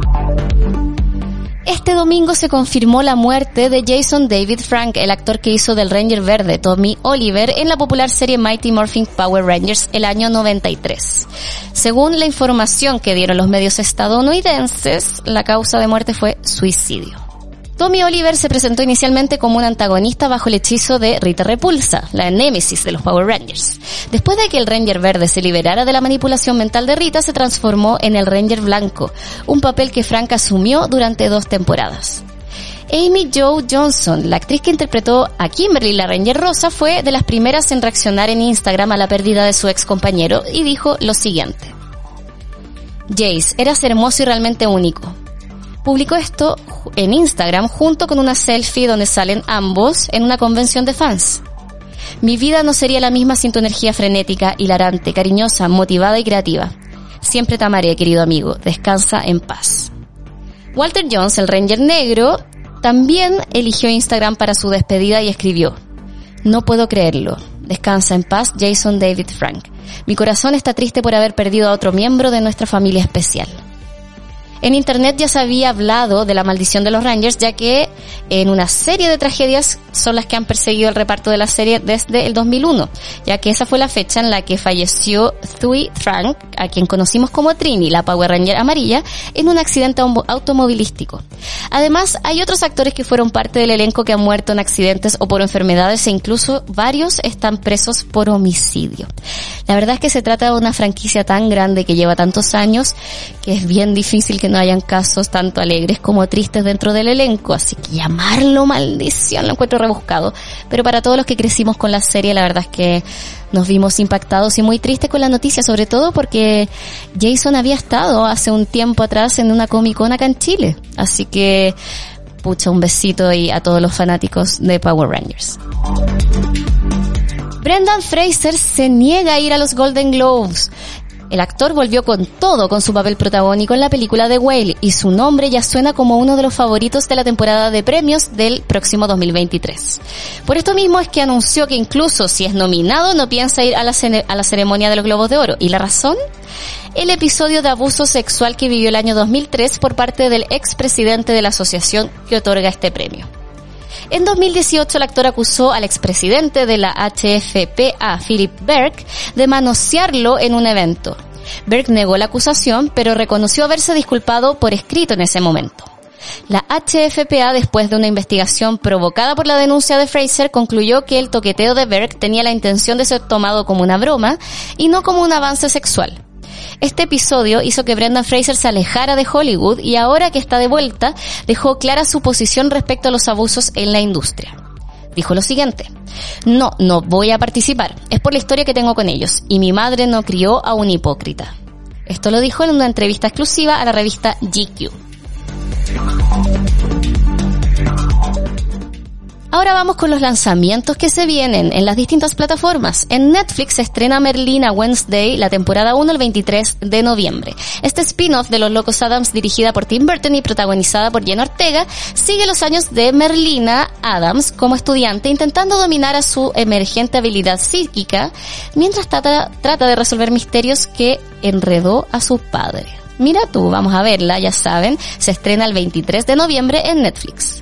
Este domingo se confirmó la muerte de Jason David Frank, el actor que hizo del Ranger Verde, Tommy Oliver, en la popular serie Mighty Morphin Power Rangers el año 93. Según la información que dieron los medios estadounidenses, la causa de muerte fue suicidio. Tommy Oliver se presentó inicialmente como un antagonista bajo el hechizo de Rita Repulsa, la némesis de los Power Rangers. Después de que el Ranger Verde se liberara de la manipulación mental de Rita, se transformó en el Ranger Blanco, un papel que Frank asumió durante 2 temporadas. Amy Jo Johnson, la actriz que interpretó a Kimberly, la Ranger Rosa, fue de las primeras en reaccionar en Instagram a la pérdida de su ex compañero y dijo lo siguiente: Jace, eras hermoso y realmente único. Publicó esto en Instagram junto con una selfie donde salen ambos en una convención de fans. Mi vida no sería la misma sin tu energía frenética, hilarante, cariñosa, motivada y creativa. Siempre te amaré, querido amigo. Descansa en paz. Walter Jones, el Ranger Negro, también eligió Instagram para su despedida y escribió: no puedo creerlo. Descansa en paz, Jason David Frank. Mi corazón está triste por haber perdido a otro miembro de nuestra familia especial. En internet ya se había hablado de la maldición de los Rangers, ya que en una serie de tragedias son las que han perseguido el reparto de la serie desde el 2001, ya que esa fue la fecha en la que falleció Thuy Frank, a quien conocimos como Trini, la Power Ranger amarilla, en un accidente automovilístico. Además, hay otros actores que fueron parte del elenco que han muerto en accidentes o por enfermedades, e incluso varios están presos por homicidio. La verdad es que se trata de una franquicia tan grande que lleva tantos años que es bien difícil que que no hayan casos tanto alegres como tristes dentro del elenco, así que llamarlo maldición lo encuentro rebuscado. Pero para todos los que crecimos con la serie, la verdad es que nos vimos impactados y muy tristes con la noticia, sobre todo porque Jason había estado hace un tiempo atrás en una Comic-Con acá en Chile. Así que, pucha, un besito y a todos los fanáticos de Power Rangers. Brendan Fraser se niega a ir a los Golden Globes. El actor volvió con todo con su papel protagónico en la película The Whale y su nombre ya suena como uno de los favoritos de la temporada de premios del próximo 2023. Por esto mismo es que anunció que incluso si es nominado no piensa ir a la ceremonia de los Globos de Oro. ¿Y la razón? El episodio de abuso sexual que vivió el año 2003 por parte del expresidente de la asociación que otorga este premio. En 2018, el actor acusó al expresidente de la HFPA, Philip Berg, de manosearlo en un evento. Berg negó la acusación, pero reconoció haberse disculpado por escrito en ese momento. La HFPA, después de una investigación provocada por la denuncia de Fraser, concluyó que el toqueteo de Berg tenía la intención de ser tomado como una broma y no como un avance sexual. Este episodio hizo que Brendan Fraser se alejara de Hollywood y ahora que está de vuelta, dejó clara su posición respecto a los abusos en la industria. Dijo lo siguiente: no voy a participar, es por la historia que tengo con ellos, y mi madre no crió a un hipócrita. Esto lo dijo en una entrevista exclusiva a la revista GQ. Ahora vamos con los lanzamientos que se vienen en las distintas plataformas. En Netflix se estrena Merlina Wednesday, la temporada 1, el 23 de noviembre. Este spin-off de Los Locos Adams, dirigida por Tim Burton y protagonizada por Jenna Ortega, sigue los años de Merlina Adams como estudiante intentando dominar a su emergente habilidad psíquica mientras trata de resolver misterios que enredó a su padre. Mira tú, vamos a verla, ya saben, se estrena el 23 de noviembre en Netflix.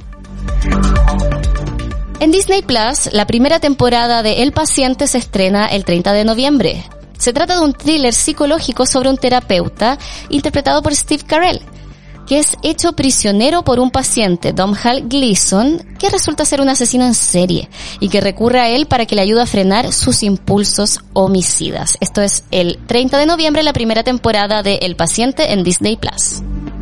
En Disney Plus, la primera temporada de El Paciente se estrena el 30 de noviembre. Se trata de un thriller psicológico sobre un terapeuta interpretado por Steve Carell, que es hecho prisionero por un paciente, Domhnall Gleeson, que resulta ser un asesino en serie y que recurre a él para que le ayude a frenar sus impulsos homicidas. Esto es el 30 de noviembre, la primera temporada de El Paciente en Disney Plus.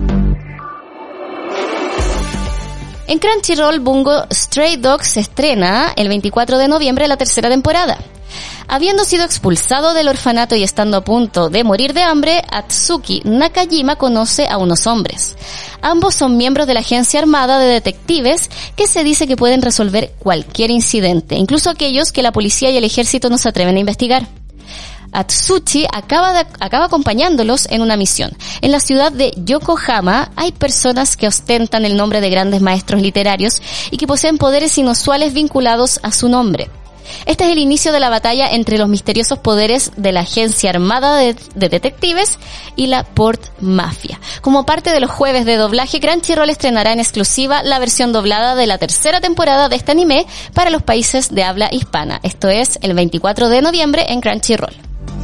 En Crunchyroll, Bungo Stray Dogs se estrena el 24 de noviembre la tercera temporada. Habiendo sido expulsado del orfanato y estando a punto de morir de hambre, Atsuki Nakajima conoce a unos hombres. Ambos son miembros de la agencia armada de detectives que se dice que pueden resolver cualquier incidente, incluso aquellos que la policía y el ejército no se atreven a investigar. Atsushi acaba acompañándolos en una misión. En la ciudad de Yokohama hay personas que ostentan el nombre de grandes maestros literarios y que poseen poderes inusuales vinculados a su nombre. Este es el inicio de la batalla entre los misteriosos poderes de la agencia armada de detectives y la Port Mafia. Como parte de los jueves de doblaje, Crunchyroll estrenará en exclusiva la versión doblada de la tercera temporada de este anime para los países de habla hispana. Esto es el 24 de noviembre en Crunchyroll.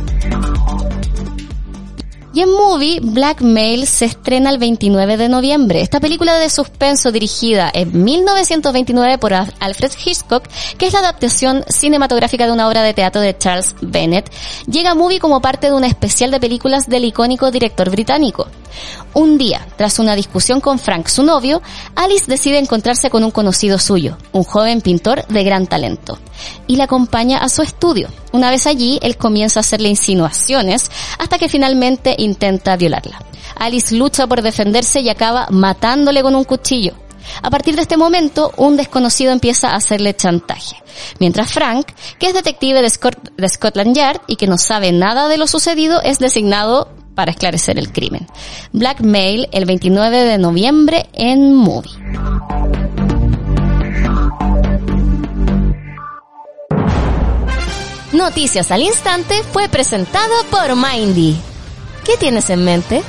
Y en Movie, Blackmail se estrena el 29 de noviembre. Esta película de suspenso dirigida en 1929 por Alfred Hitchcock, que es la adaptación cinematográfica de una obra de teatro de Charles Bennett, llega a Movie como parte de una especial de películas del icónico director británico. Un día, tras una discusión con Frank, su novio, Alice decide encontrarse con un conocido suyo, un joven pintor de gran talento, y la acompaña a su estudio. Una vez allí, él comienza a hacerle insinuaciones hasta que finalmente intenta violarla. Alice lucha por defenderse y acaba matándole con un cuchillo. A partir de este momento, un desconocido empieza a hacerle chantaje, mientras Frank, que es detective de Scotland Yard y que no sabe nada de lo sucedido, es designado para esclarecer el crimen. Blackmail, el 29 de noviembre en Movie. Noticias al Instante fue presentado por Mindy. ¿Qué tienes en mente?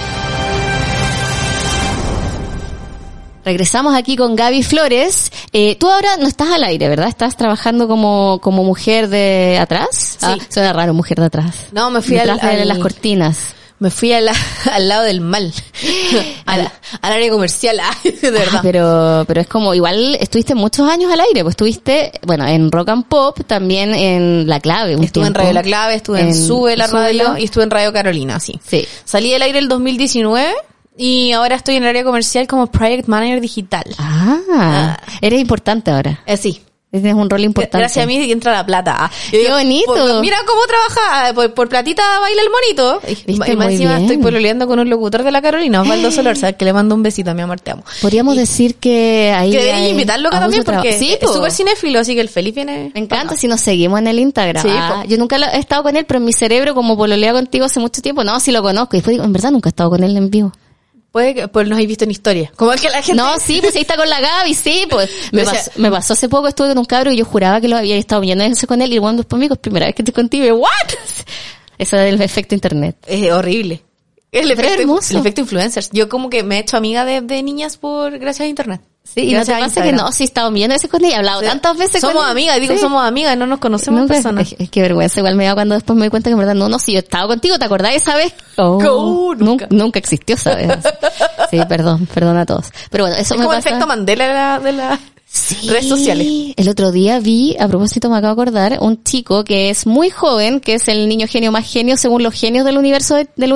Regresamos aquí con Gaby Flores. Tú ahora no estás al aire, ¿verdad? ¿Estás trabajando como mujer de atrás? Sí. Suena raro, mujer de atrás. No, me fui de las cortinas. Me fui al lado del mal. al área comercial. De verdad. Pero es como, igual estuviste muchos años al aire. Pues estuviste, bueno, en Rock and Pop, también en La Clave. Estuve en Radio La Clave, estuve en Sube la Radio y estuve en Radio Carolina, sí. Sí. Salí del aire el 2019. Y ahora estoy en el área comercial como Project Manager Digital. Eres importante ahora. Sí. Tienes un rol importante. Gracias a mí entra la plata. ¡Qué bonito! Mira cómo trabaja. Por platita baila el monito. ¿Viste? Y más Muy encima bien. estoy pololeando con un locutor de la Carolina, Osvaldo Solar, ¿sabes? Que le mando un besito a mi amor, te amo. Podríamos decir que ahí... Que debería invitarlo acá también porque sí, es súper cinéfilo, así que el Felipe viene... Me encanta si nos seguimos en el Instagram. Sí, yo nunca he estado con él, pero en mi cerebro, como pololea contigo hace mucho tiempo, no, sí lo conozco. Y después digo, en verdad nunca he estado con él en vivo. Puede que pues nos habéis visto en historia. Como es que la gente... No, sí, pues ahí está con la Gaby, sí, pues. Me pasó hace poco, estuve con un cabro y yo juraba que lo había estado viendo con él y bueno, después me dijo, es primera vez que estoy contigo. Y yo, ¿what? Ese es el efecto internet. Es horrible. El hermoso. El efecto influencers. Yo como que me he hecho amiga de niñas gracias a internet. Sí, y no te pasa que no, sí, he estado viendo ese con ella, he hablado tantas veces con ella. Somos amigas, digo, sí. Somos amigas, no nos conocemos en persona. Es que vergüenza, igual me da cuando después me doy cuenta que en verdad no, si yo estaba contigo, ¿te acordás esa vez? Nunca existió, ¿sabes? Sí, perdón a todos. Pero bueno, eso es me como pasa. el efecto Mandela de las redes sociales. El otro día vi, a propósito me acabo de acordar, un chico que es muy joven, que es el niño genio más genio según los genios del universo,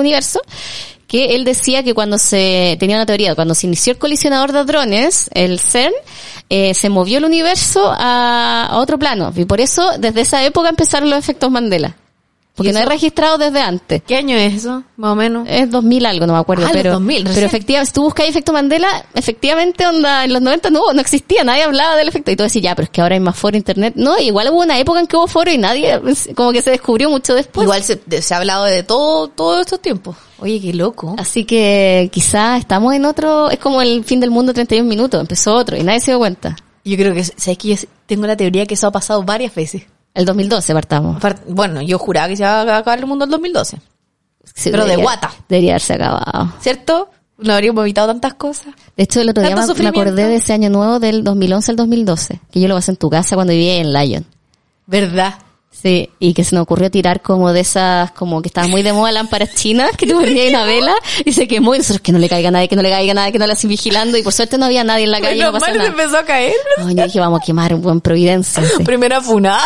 que él decía que cuando tenía una teoría, cuando se inició el colisionador de hadrones, el CERN, se movió el universo a otro plano. Y por eso, desde esa época empezaron los efectos Mandela. Porque no hay registrado desde antes. ¿Qué año es eso? Más o menos. Es 2000 algo, no me acuerdo. Pero 2000, pero efectivamente, si tú buscas efecto Mandela, efectivamente onda, en los 90 no existía, nadie hablaba del efecto. Y tú decís, ya, pero es que ahora hay más foro internet. No, igual hubo una época en que hubo foro y nadie, como que se descubrió mucho después. Igual se ha hablado de todos estos tiempos. Oye, qué loco. Así que quizás estamos en otro, es como el fin del mundo 31 minutos, empezó otro y nadie se dio cuenta. Yo creo que, ¿sabes qué? Yo tengo la teoría que eso ha pasado varias veces. El 2012 partamos. Bueno, yo juraba que se iba a acabar el mundo el 2012. Sí, pero de guata. Debería haberse acabado. ¿Cierto? No habríamos evitado tantas cosas. De hecho, el otro día me acordé de ese año nuevo del 2011 al 2012, que yo lo pasé en tu casa cuando vivía en Lyon. ¿Verdad? Sí, y que se nos ocurrió tirar como de esas, como que estaban muy de moda lámparas chinas, que te ponías una vela y se quemó y nosotros que no le caiga nadie, que la hacen vigilando y por suerte no había nadie en la calle, no pasó nada. Se empezó a caer. No, yo dije, vamos a quemar un buen Providencia. Sí. Primera funa.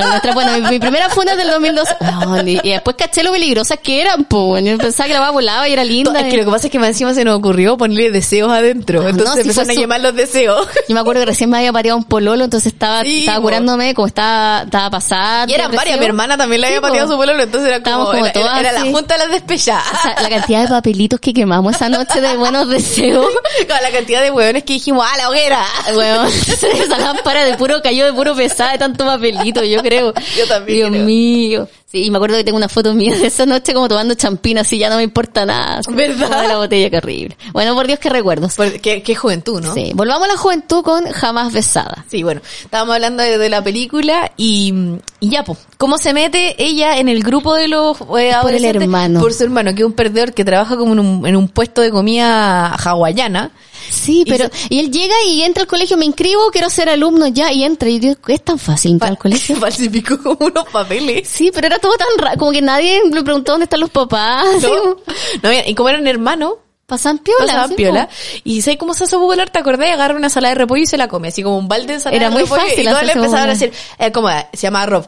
Mi primera funa es del 2012. No, y después caché lo peligrosas que eran, pues. Yo pensaba que la va volaba y era linda. Es que lo que pasa es que más encima se nos ocurrió ponerle deseos adentro. Entonces empezaron a quemar los deseos. Yo me acuerdo que recién me había pateado un pololo, entonces estaba curándome, como estaba pasada. Y eran varias, mi hermana también le había pateado su pololo, entonces era como era la junta de las despechadas. O sea, la cantidad de papelitos que quemamos esa noche de buenos deseos. Con la cantidad de hueones que dijimos, ¡ah, la hoguera! Hueón, esa lámpara cayó de puro pesada de tanto papelito, yo creo. Yo también. Dios mío. Sí, y me acuerdo que tengo una foto mía de esa noche como tomando champín, así ya no me importa nada. ¿Verdad? De la botella, qué horrible. Bueno, por Dios, qué recuerdos. Qué juventud, ¿no? Sí, volvamos a la juventud con Jamás Besada. Sí, bueno, estábamos hablando de la película y ya, pues, ¿cómo se mete ella en el grupo de los adolescentes? Por el hermano. Por su hermano, que es un perdedor que trabaja como en un puesto de comida hawaiana. Sí, pero y él llega y entra al colegio, me inscribo, quiero ser alumno ya, y entra, y digo, ¿es tan fácil entrar al colegio? Falsificó como unos papeles. Sí, pero era todo tan raro, como que nadie le preguntó dónde están los papás. No, y como eran hermanos, pasaban piola. Y ¿sabes cómo se hace popular? ¿Te acordás? Agarra una ensalada de repollo y se la come, así como un balde de ensalada era de muy repollo. Fácil y todos le empezaban a decir, ¿cómo se llama? Rob.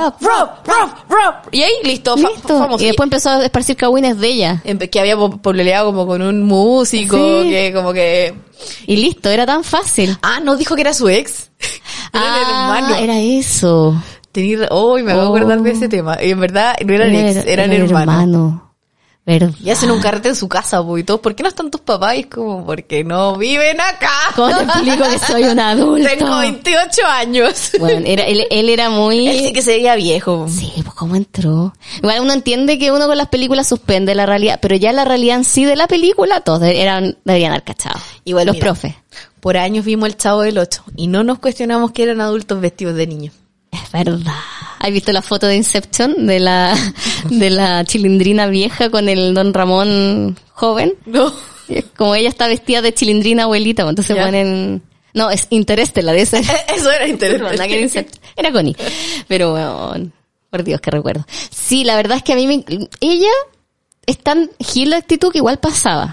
Y ahí, listo. Famoso. Y después empezó a esparcir cagüines de ella. Que había pololeado como con un músico, que como que... Y listo, era tan fácil. Ah, no, dijo que era su ex. Era el hermano. Era eso. Me acabo de acordar de ese tema. Y en verdad, no eran ex, eran hermano. ¿Verdad? Y hacen un carrete en su casa, y todos, ¿por qué no están tus papás? Y es como, porque no viven acá. ¿Cómo te explico que soy un adulto? Tengo 28 años. Bueno, él era muy... Él sí que se veía viejo. Sí, pues ¿cómo entró? Igual uno entiende que uno con las películas suspende la realidad, pero ya la realidad en sí de la película, todos deberían haber cachado. Igual, los profes. Por años vimos El Chavo del 8 y no nos cuestionamos que eran adultos vestidos de niños. Es verdad. ¿Has visto la foto de Inception de la Chilindrina vieja con el Don Ramón joven? No. Como ella está vestida de Chilindrina abuelita, entonces ponen... No, es Interestelar, esa. Eso era Interestelar. Era Connie. Pero bueno, por Dios, qué recuerdo. Sí, la verdad es que a mí ella es tan gil la actitud que igual pasaba.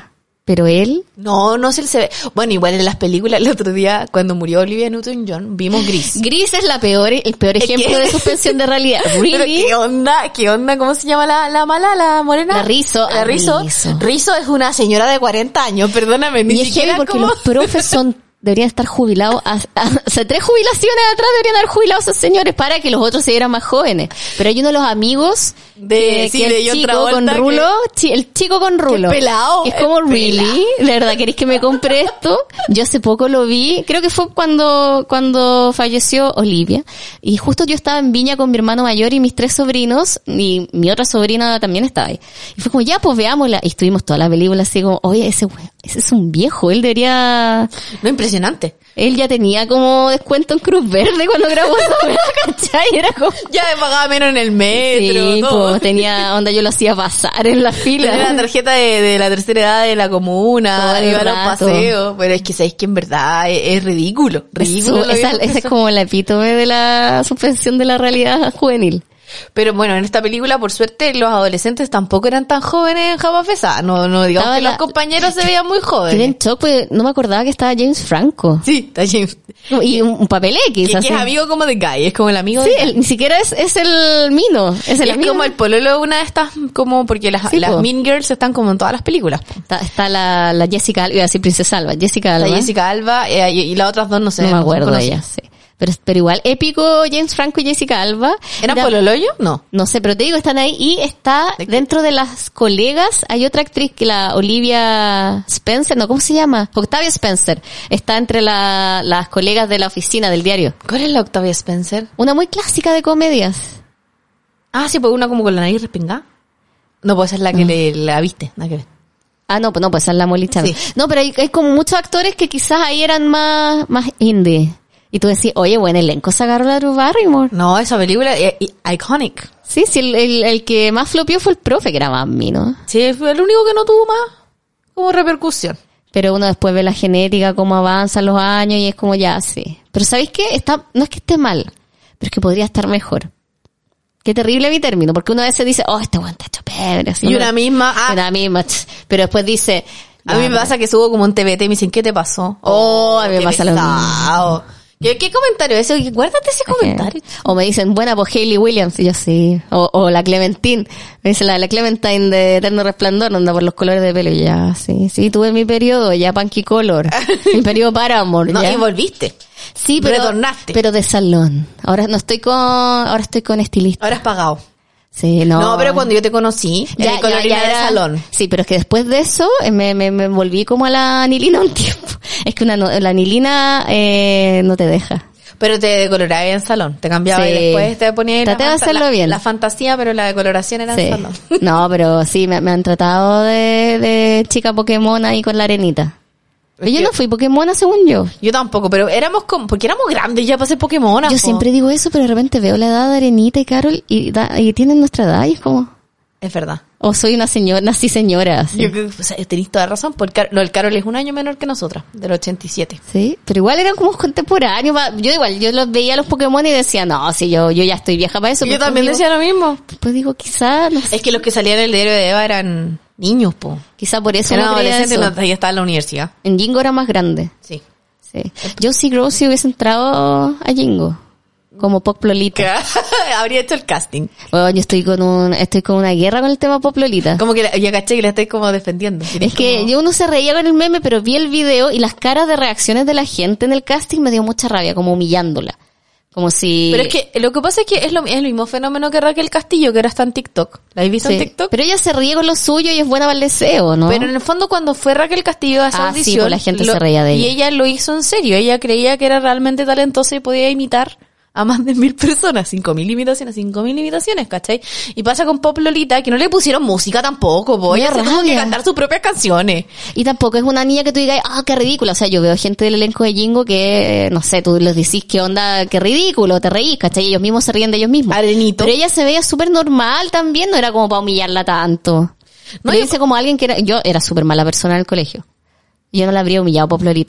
Pero él... No sé, él se ve... Bueno, igual en las películas, el otro día, cuando murió Olivia Newton-John, vimos Gris. Gris es el peor ejemplo de suspensión de realidad. Really? Pero ¿qué onda? ¿Cómo se llama la mala, la morena? La Rizzo. Rizzo es una señora de 40 años, perdóname. Ni siquiera porque los profes deberían estar jubilados. O sea, 3 jubilaciones atrás deberían haber jubilado a esos señores para que los otros se vieran más jóvenes. Pero hay uno de los amigos de el chico con rulo, el chico con rulo. Qué pelado. Es como, really, ¿de verdad queréis que me compre esto? Yo hace poco lo vi, creo que fue cuando falleció Olivia. Y justo yo estaba en Viña con mi hermano mayor y mis 3 sobrinos, y mi otra sobrina también estaba ahí. Y fue como, ya, pues veámosla. Y estuvimos toda la película así como, oye, ese es un viejo, él debería... No, impresionante. Él ya tenía como descuento en Cruz Verde cuando grabó esa weá, ¿cachai? Era como... Ya me pagaba menos en el metro, sí, todo. Pues tenía onda, yo lo hacía pasar en la fila. Tenía la tarjeta de la tercera edad de la comuna, iba a los paseos. Pero es que sabéis que en verdad es ridículo. Esa es como el epítome de la suspensión de la realidad juvenil. Pero bueno, en esta película, por suerte, los adolescentes tampoco eran tan jóvenes en Java Fesa. No digamos que los compañeros se veían muy jóvenes. Quedé en shock, pues no me acordaba que estaba James Franco. Sí, está James. Y un papel X. Que es amigo como de Guy, es como el amigo sí, de Guy. Ni siquiera es el Mino. Es como el pololo de una de estas, como porque las Mean Girls están como en todas las películas. Está la Jessica Alba, iba a decir Princesa Alba. Jessica Alba. La Jessica Alba y las otras dos no sé. No me acuerdo de ellas, sí. Pero igual épico James Franco y Jessica Alba. ¿Eran pololoyo? No. No sé, pero te digo, están ahí y está dentro de las colegas, hay otra actriz que la Olivia Spencer, no, ¿cómo se llama? Octavia Spencer. Está entre las colegas de la oficina del diario. ¿Cuál es la Octavia Spencer? Una muy clásica de comedias. Ah, sí, pues una como con la nariz respingada. No, pues esa es la que la viste, nada que ver. Ah, no, pues esa es la Molly Chapman. Sí. No, pero hay como muchos actores que quizás ahí eran más indie. Y tú decís, oye, buen elenco sacaron a Drew Barrymore. No, esa película es iconic. Sí, el que más flopeó fue el profe, que era más mino. Sí, fue el único que no tuvo más como repercusión. Pero uno después ve la genética, cómo avanzan los años y es como ya, sí. Pero ¿sabéis qué? No es que esté mal, pero es que podría estar mejor. Qué terrible mi término, porque uno a veces dice, este weón está hecho pebre. Y una misma. Una misma. Pero después dice... A mí me pasa que subo como un TBT y me dicen, ¿qué te pasó? A mí me pasa lo mismo. ¿Qué comentario es ese? Guárdate ese comentario. O me dicen, buena, pues Hayley Williams. Y yo, sí. O la Clementine. Me dicen la Clementine de Eterno Resplandor, anda por los colores de pelo. Y ya, sí, tuve mi periodo, ya Punky Color. Mi periodo Paramore. No, ya. y volviste. Sí, pero... Retornaste. Pero de salón. Ahora estoy con estilista. Ahora has pagado. Sí, no. No, pero cuando yo te conocí, era el colorina de salón. Sí, pero es que después de eso me volví como a la anilina un tiempo. Es que la anilina no te deja. Pero te decoloraba en salón, te cambiaba y después te ponía traté de hacerlo bien. La fantasía, pero la decoloración era en salón. No, pero sí, me han tratado de chica Pokémon ahí con la arenita. Yo no fui Pokémona según yo. Yo tampoco, pero porque éramos grandes ya para ser Pokémona. Yo siempre digo eso, pero de repente veo la edad de Arenita y Carol y tienen nuestra edad y es como... Es verdad. O soy una señora, nací señora. Sí. Tenés toda razón, porque el Carol es un año menor que nosotras, del 87. Sí, pero igual eran como contemporáneos. Yo los veía a los Pokémon y decía, no, sí, yo ya estoy vieja para eso. Yo también decía lo mismo. Pues digo, quizás, no sé. Es que los que salían en el diario de Eva eran niños, po. Quizá por eso eran adolescentes, ya estaba en la universidad. En Jingo era más grande. Sí. Yo si Grossi hubiese entrado a Jingo. Como Pop Lolita. Habría hecho el casting. Bueno, yo estoy con una guerra con el tema Pop Lolita. Como que ya caché que la estáis como defendiendo. Es que uno se reía con el meme, pero vi el video y las caras de reacciones de la gente en el casting me dio mucha rabia, como humillándola. Como si... Pero es que lo que pasa es que es el mismo fenómeno que Raquel Castillo, que ahora está en TikTok. ¿La habéis visto en TikTok? Pero ella se ríe con lo suyo y es buena para el deseo, ¿no? Pero en el fondo cuando fue Raquel Castillo a esa audición... Sí, pues la gente se reía de ella. Y ella lo hizo en serio. Ella creía que era realmente talentosa y podía imitar a más de 1,000 personas, 5.000 imitaciones, ¿cachai? Y pasa con Pop Lolita, que no le pusieron música tampoco, ella se tuvo que cantar sus propias canciones. Y tampoco es una niña que tú digas, qué ridícula. O sea, yo veo gente del elenco de Jingo que, no sé, tú les decís qué onda, qué ridículo, te reís, ¿cachai? Ellos mismos se ríen de ellos mismos. Arenito. Pero ella se veía súper normal también, no era como para humillarla tanto. No, dice como alguien que yo era súper mala persona en el colegio. Yo no la habría humillado Pop Lolita.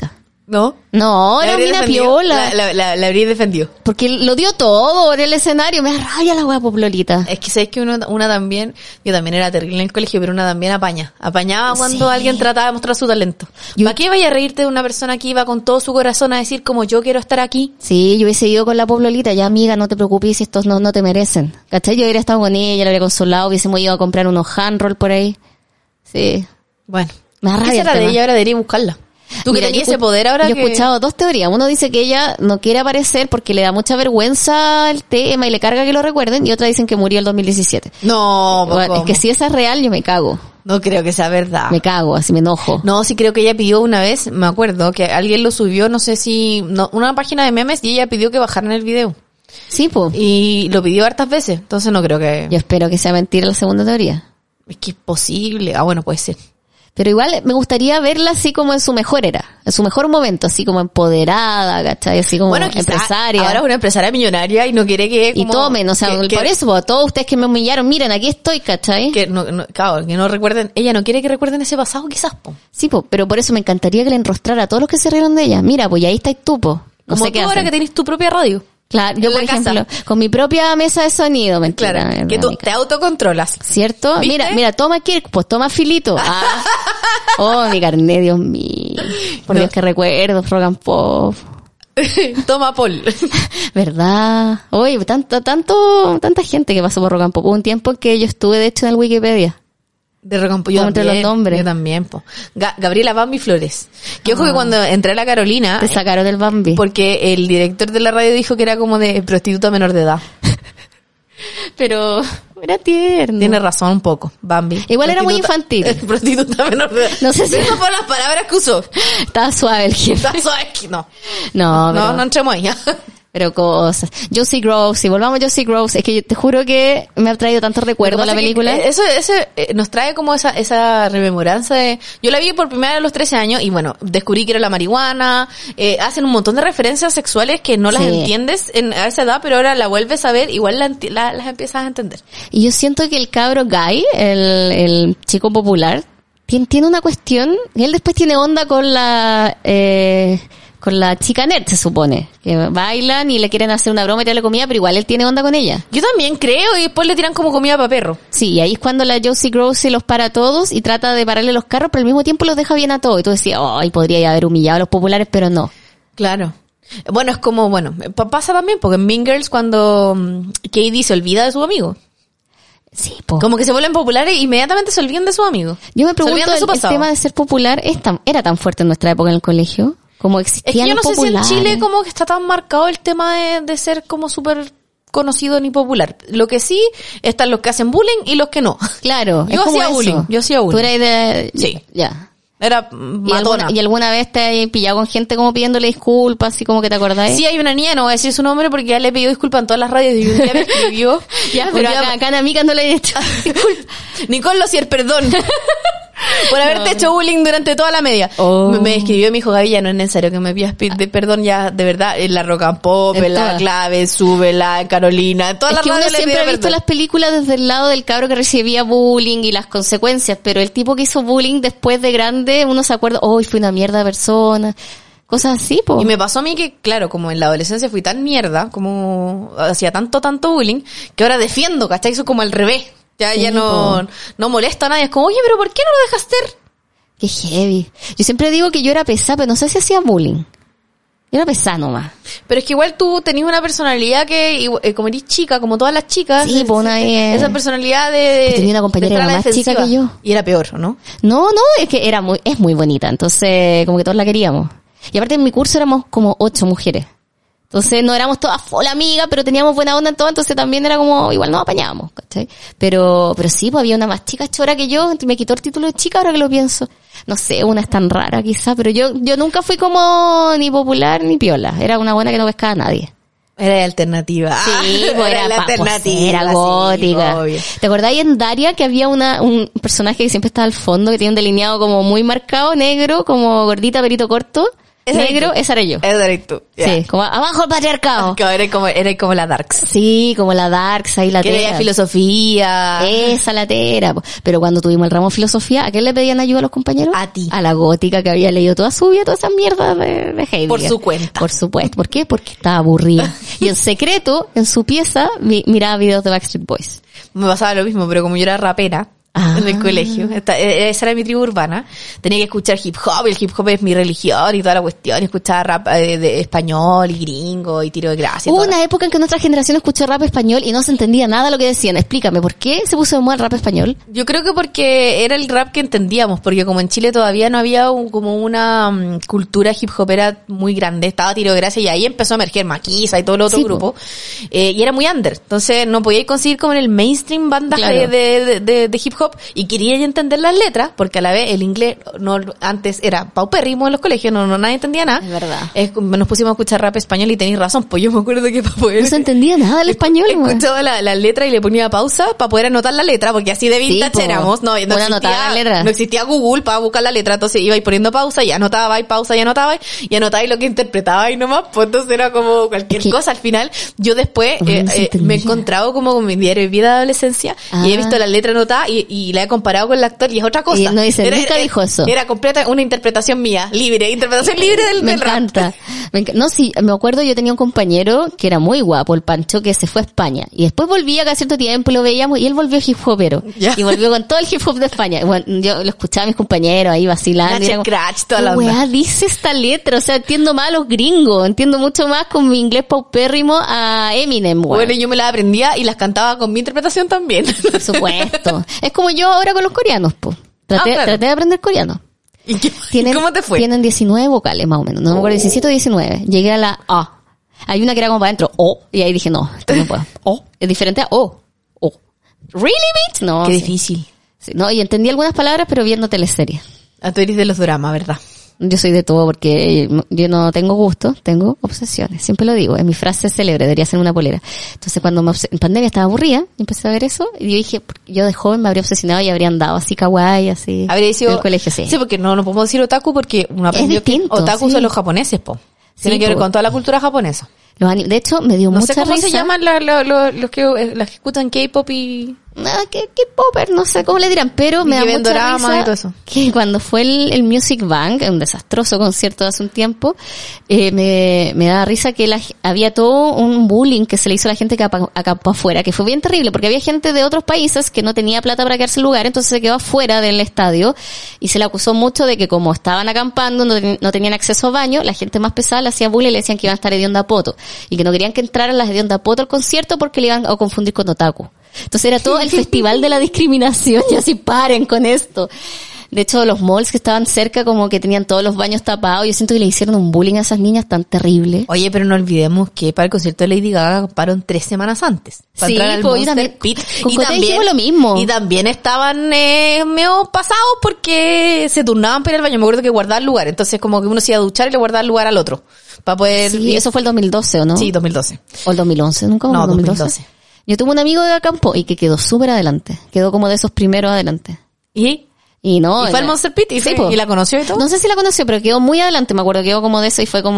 ¿No? No, era una piola. La habría defendido. Porque lo dio todo en el escenario. Me da rabia la wea Poplolita. Es que sabes que una también, yo también era terrible en el colegio, pero una también apañaba cuando alguien trataba de mostrar su talento. ¿Para qué vaya a reírte de una persona que iba con todo su corazón a decir como yo quiero estar aquí? Sí, yo hubiese ido con la Poplolita, ya amiga, no te preocupes si estos no te merecen. ¿Cachai? Yo hubiera estado con ella, la habría consolado, hubiésemos ido a comprar unos handroll por ahí. Sí. Bueno. Me da rabia. ¿Qué será de ella? Ahora debería buscarla. Tú que tenías ese poder ahora. Yo he escuchado dos teorías. Uno dice que ella no quiere aparecer porque le da mucha vergüenza el tema y le carga que lo recuerden. Y otra dicen que murió el 2017. No, bueno, es que si esa es real, yo me cago. No creo que sea verdad. Me cago, así me enojo. No, sí creo que ella pidió una vez, me acuerdo, que alguien lo subió, no sé si, una página de memes y ella pidió que bajaran el video. Sí, pues. Y lo pidió hartas veces, entonces no creo que... Yo espero que sea mentira la segunda teoría. Es que es posible. Ah, bueno, puede ser. Pero igual me gustaría verla así como en su mejor era, en su mejor momento, así como empoderada, ¿cachai? Así como empresaria. Ahora es una empresaria millonaria y no quiere que... Y tomen, o sea, por eso, todos ustedes que me humillaron, miren, aquí estoy, ¿cachai? Claro, que no recuerden, ella no quiere que recuerden ese pasado quizás, po. Sí, po, pero por eso me encantaría que le enrostrara a todos los que se rieron de ella. Mira, pues ahí estáis tú, po. No como sé tú ahora que tenés tu propia radio. Claro, yo por ejemplo, con mi propia mesa de sonido, mentira. Claro, que tú te autocontrolas. ¿Cierto? ¿Viste? Mira, toma Kirk, pues toma Filito. Ah. Oh, mi carnet, Dios mío. Por Dios que recuerdo, Rock and Pop. Toma Paul. ¿Verdad? Oye, tanta gente que pasó por Rock and Pop. Hubo un tiempo en que yo estuve, de hecho, en el Wikipedia. De Rock and Pop, yo entre los nombres. Yo también, po. Gabriela Bambi Flores. Que ojo que cuando entré a la Carolina... Te sacaron del Bambi. Porque el director de la radio dijo que era como de prostituta menor de edad. Pero era tierno. Tiene razón un poco, Bambi. Igual era muy infantil. Prostituta menor de edad. No sé si... Eso por las palabras que usó. Estaba suave el jefe. Estaba suave. No entremos ahí. Pero cosas. Josie Groves, si volvamos a Josie Groves, es que yo te juro que me ha traído tanto recuerdo a la película. Eso nos trae como esa rememoranza de... Yo la vi por primera vez a los 13 años y bueno, descubrí que era la marihuana, hacen un montón de referencias sexuales que no las entiendes a esa edad, pero ahora la vuelves a ver, igual las empiezas a entender. Y yo siento que el cabro Guy, el chico popular, tiene una cuestión, y él después tiene onda con la chica nerd, se supone. Que bailan y le quieren hacer una broma y tirarle comida, pero igual él tiene onda con ella. Yo también creo, y después le tiran como comida para perro. Sí, y ahí es cuando la Josie Groves se los para a todos y trata de pararle los carros, pero al mismo tiempo los deja bien a todos. Y tú decías, podría haber humillado a los populares, pero no. Claro. Bueno, es como, pasa también, porque en Mean Girls cuando Katie se olvida de su amigo. Sí, po. Como que se vuelven populares e inmediatamente se olvidan de su amigo. Yo me pregunto, el tema de ser popular era tan fuerte en nuestra época en el colegio. Como existían los populares. No sé si en Chile como que está tan marcado el tema de ser como súper conocido ni popular. Lo que sí, están los que hacen bullying y los que no. Claro. Yo hacía bullying. Tú eras de... Sí. Ya. Era matona. ¿Y alguna vez te has pillado con gente como pidiéndole disculpas, así como que te acordás? Sí, hay una niña, no voy a decir su nombre porque ya le pidió disculpas en todas las radios y un día me escribió. Pero acá en Amigas no le he dicho disculpas. Nicole Losier, perdón. Por haberte hecho bullying durante toda la media. Me escribió y me dijo, Gaby, ya no es necesario que me pidas perdón, ya, de verdad, en la Rock and Pop, en la Clave, Súbela, en Carolina, en todas las radios. Es que uno siempre ha visto las películas desde el lado del cabro que recibía bullying y las consecuencias, pero el tipo que hizo bullying después de grande, uno se acuerda, fue una mierda de persona. Cosas así, po. Y me pasó a mí que, claro, como en la adolescencia fui tan mierda, como hacía tanto bullying, que ahora defiendo, ¿cachai? Eso como al revés. Ya no molesta a nadie. Es como, oye, pero ¿por qué no lo dejas ser? Qué heavy. Yo siempre digo que yo era pesada, pero no sé si hacía bullying. Yo era pesada nomás. Pero es que igual tú tenías una personalidad que, como eres chica, como todas las chicas. Sí, pues esa personalidad de... Tenía una compañera que era más chica que yo. Y era peor, ¿no? No, es que es muy bonita. Entonces, como que todos la queríamos. Y aparte en mi curso éramos como 8 mujeres. Entonces no éramos todas full amigas, pero teníamos buena onda en todo, entonces también era como, igual nos apañábamos, ¿cachai? Pero sí, pues había una más chica chora que yo, me quitó el título de chica ahora que lo pienso. No sé, una es tan rara quizá, pero yo nunca fui como ni popular ni piola. Era una buena que no pescaba a nadie. Era de alternativa. Sí, pues era la alternativa. Era gótica. Sí, ¿te acordáis en Daria que había un personaje que siempre estaba al fondo, que tiene un delineado como muy marcado, negro, como gordita, pelito corto? negro, esa era yo. Esa eres tú. Yeah. Sí, como abajo el patriarcado. Eres como la Darks. Sí, como la Darks, ahí la tera. Que leía filosofía. Esa la tera. Pero cuando tuvimos el ramo de filosofía, ¿a quién le pedían ayuda a los compañeros? A ti. A la gótica que había leído toda su vida, toda esa mierda de Heidegger. Por su cuenta. Por supuesto. ¿Por qué? Porque estaba aburrida. Y en secreto, en su pieza, miraba videos de Backstreet Boys. Me pasaba lo mismo, pero como yo era rapera, en el colegio, esa era mi tribu urbana, tenía que escuchar hip hop, y el hip hop es mi religión y toda la cuestión, y escuchaba rap de español y gringo y tiro de gracia. Hubo una época en que nuestra generación escuchó rap español y no se entendía nada de lo que decían. Explícame, ¿por qué se puso de moda el rap español? Yo creo que porque era el rap que entendíamos, porque como en Chile todavía no había como una cultura hip hopera muy grande, estaba tiro de gracia y ahí empezó a emerger Maquisa y todo el otro grupo, y era muy under, entonces no podíais conseguir como en el mainstream bandas de hip hop, y quería ya entender las letras, porque a la vez el inglés antes era paupérrimo en los colegios, nadie entendía nada. Es verdad. Nos pusimos a escuchar rap español y tenéis razón, pues yo me acuerdo que para poder... No se entendía nada del español, escuchaba la letra y le ponía pausa para poder anotar la letra, porque así de vintage éramos. No existía Google para buscar la letra, entonces iba poniendo pausa y anotaba y pausa y anotaba y lo que interpretaba y nomás, pues entonces era como cualquier cosa. Al final, yo después me he encontrado como con mi diario de vida de adolescencia y he visto la letra anotada y la he comparado con el actor y es otra cosa. Y no dice, nunca dijo eso. Era completa una interpretación mía, interpretación libre del Me encanta. No, sí, me acuerdo, yo tenía un compañero que era muy guapo, el Pancho, que se fue a España y después volvía cada cierto tiempo y lo veíamos y él volvió hip hopero. Y volvió con todo el hip hop de España. Bueno, yo lo escuchaba a mis compañeros ahí vacilando. Toda la onda. Dice esta letra, o sea, entiendo más a los gringos, entiendo mucho más con mi inglés paupérrimo a Eminem, güey. Bueno, yo me las aprendía y las cantaba con mi interpretación también. Por supuesto. Es como yo ahora con los coreanos, po. Traté de aprender coreano. ¿Y cómo te fue? Tienen 19 vocales más o menos, no me acuerdo, 17 o 19. Llegué a la A. Hay una que era como para adentro, O, y ahí dije, no, esto no puedo. O, es diferente a O. O. ¿Really, bitch? No. Qué difícil. Sí, no, y entendí algunas palabras, pero viendo teleseries. Tú eres de los dramas, ¿verdad? Yo soy de todo porque yo no tengo gusto, tengo obsesiones. Siempre lo digo, es mi frase célebre, debería ser una polera. Entonces cuando en pandemia estaba aburrida, empecé a ver eso y yo dije, yo de joven me habría obsesionado y habría andado así kawaii, así. Habría sido en el colegio, sí. Sí, porque no podemos decir otaku porque uno aprendió que otaku son los japoneses, po. Tiene que ver con toda la cultura japonesa. De hecho, me dio mucha risa. No sé cómo se llaman las que escuchan K-pop y... K-popper, no sé cómo le dirán, pero me da mucha risa y todo eso. Que cuando fue el Music Bank, un desastroso concierto de hace un tiempo, me da risa que había todo un bullying que se le hizo a la gente que acampó afuera, que fue bien terrible, porque había gente de otros países que no tenía plata para quedarse en lugar, entonces se quedó afuera del estadio y se le acusó mucho de que como estaban acampando, no tenían acceso a baño, la gente más pesada le hacía bullying y le decían que iban a estar hedionda poto y que no querían que entraran las hedionda poto al concierto porque le iban a confundir con otaku. Entonces era todo el festival de la discriminación y así paren con esto. De hecho, los malls que estaban cerca como que tenían todos los baños tapados. Yo siento que le hicieron un bullying a esas niñas tan terrible. Oye, pero no olvidemos que para el concierto de Lady Gaga acamparon 3 semanas antes. Para sí, entrar al Monster Pit. Y también lo mismo. Y también estaban medio pasados porque se turnaban para ir al baño. Me acuerdo que guardaban lugar. Entonces como que uno se iba a duchar y le guardaba el lugar al otro. Para poder... Sí, eso fue el 2012, ¿o no? Sí, 2012. ¿O el 2011? ¿Nunca? No, 2012. Yo tuve un amigo de acampó y que quedó súper adelante. Quedó como de esos primeros adelante. ¿Y fue al Monster Pit y la conoció y todo? No sé si la conoció, pero quedó muy adelante. Me acuerdo, quedó como de eso y fue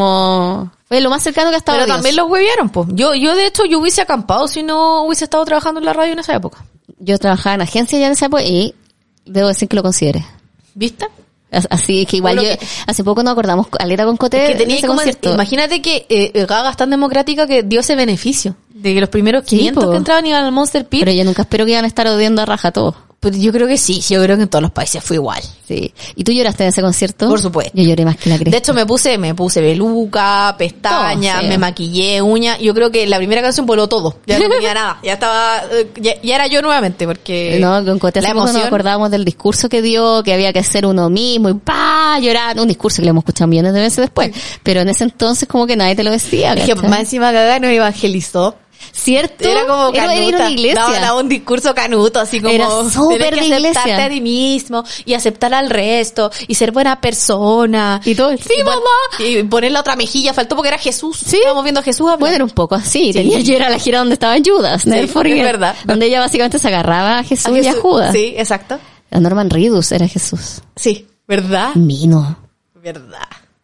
lo más cercano que ha estado. Pero Dios. También los huevearon, pues. Yo de hecho, yo hubiese acampado si no hubiese estado trabajando en la radio en esa época. Yo trabajaba en agencia ya en esa época y debo decir que lo consideré. ¿Viste? Así que igual hace poco nos acordamos, Aleta con Coté, que tenía como imagínate que Gaga es tan democrática que dio ese beneficio de que los primeros 500 que entraban iban al Monster Pit. Pero yo nunca espero que iban a estar odiando a raja todos. Pues yo creo que sí, yo creo que en todos los países fue igual. Sí. ¿Y tú lloraste en ese concierto? Por supuesto. Yo lloré más que la cresta. De hecho me puse peluca, pestañas, me maquillé, uñas. Yo creo que la primera canción voló todo. Ya no tenía nada. Ya estaba, ya era yo nuevamente porque no, con Coté nos acordábamos del discurso que dio, que había que ser uno mismo y llorar. Un discurso que le hemos escuchado millones de veces después. Pero en ese entonces como que nadie te lo decía. Es que más encima Gaga nos evangelizó. ¿Cierto? Era como canuta. Era una iglesia. Daba un discurso canuto, así como era súper tienes que aceptarte a ti mismo y aceptar al resto y ser buena persona. Y todo. Sí, mamá. Y poner la otra mejilla, faltó porque era Jesús. Sí. Estábamos viendo a Jesús hablar. Bueno, era un poco así. Sí. Yo era la gira donde estaba Judas. Sí, es verdad. Donde ella básicamente se agarraba a Jesús y a Judas. Sí, exacto. A Norman Reedus era Jesús. Sí, ¿verdad? Mino. ¿Verdad?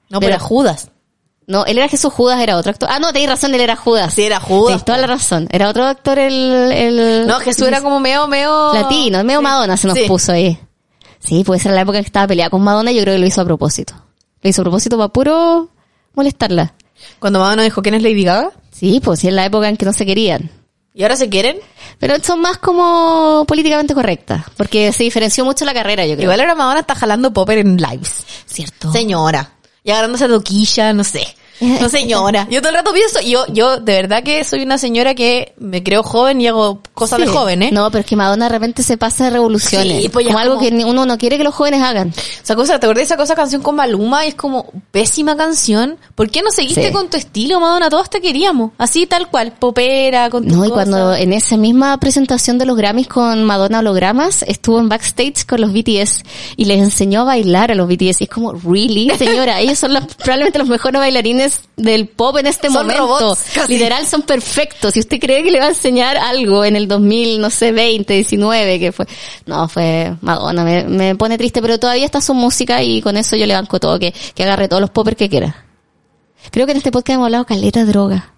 No, pero era Judas. No, él era Jesús, Judas era otro actor. Ah, no, tenés razón, él era Judas. Sí, era Judas. Tienes toda la razón. Era otro actor el... No, Jesús era como medio... latino, medio Madonna se nos puso ahí. Sí, puede ser la época en que estaba peleada con Madonna y yo creo que lo hizo a propósito. Lo hizo a propósito para puro molestarla. Cuando Madonna dijo, ¿quién es Lady Gaga? Sí, pues sí, en la época en que no se querían. ¿Y ahora se quieren? Pero son más como políticamente correctas, porque se diferenció mucho la carrera, yo creo. Igual ahora Madonna está jalando popper en lives. Cierto. Señora. Y agarrándose a toquilla, no sé. No, señora. Yo todo el rato pienso, yo de verdad que soy una señora que me creo joven y hago cosas de joven, ¿eh? No, pero es que Madonna de repente se pasa de revoluciones. Sí, pues como algo que uno no quiere que los jóvenes hagan. Esa cosa, ¿te acordás de esa canción con Maluma? Y es como, pésima canción. ¿Por qué no seguiste con tu estilo, Madonna? Todos te queríamos. Así, tal cual. Popera, con tu No, y cuando en esa misma presentación de los Grammys con Madonna hologramas, estuvo en backstage con los BTS y les enseñó a bailar a los BTS. Y es como, really, señora, ellos son probablemente los mejores bailarines del pop en este son momento. Robots, casi. Literal son perfectos. Si usted cree que le va a enseñar algo en el 2000, no sé, 20, 19, que fue... No, fue Madonna, me pone triste, pero todavía está su música y con eso yo le banco todo, que agarre todos los poppers que quiera. Creo que en este podcast hemos hablado caleta de droga.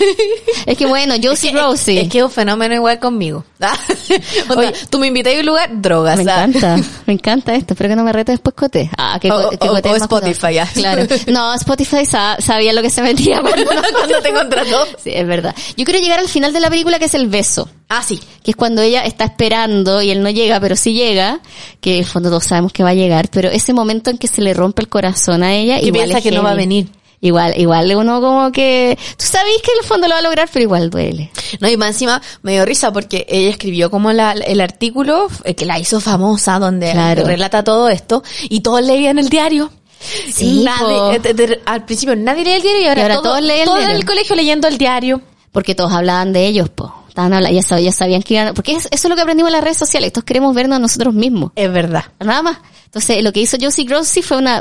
Es que bueno, Josie Rosie. Es que es un fenómeno igual conmigo. Oye, tú me invitas a un lugar, drogas. Me encanta esto. Espero que no me rete después Coté. Que Coté o Spotify, ya. Claro. No, Spotify sabía lo que se metía cuando te contrató. Sí, es verdad. Yo quiero llegar al final de la película, que es el beso. Ah, sí. Que es cuando ella está esperando y él no llega, pero sí llega, que en el fondo todos sabemos que va a llegar, pero ese momento en que se le rompe el corazón a ella, y piensa que no va a venir. Igual uno como que, tú sabes que en el fondo lo va a lograr, pero igual duele. No, y más encima me dio risa porque ella escribió como el artículo que la hizo famosa, donde relata todo esto, y todos leían el diario. Sí, al principio nadie leía el diario y ahora todos leían todo en el colegio leyendo el diario. Porque todos hablaban de ellos, estaban hablando, ya sabían que iban, porque eso es lo que aprendimos en las redes sociales, todos queremos vernos a nosotros mismos. Es verdad. Nada más. Entonces, lo que hizo Josie Rosie fue una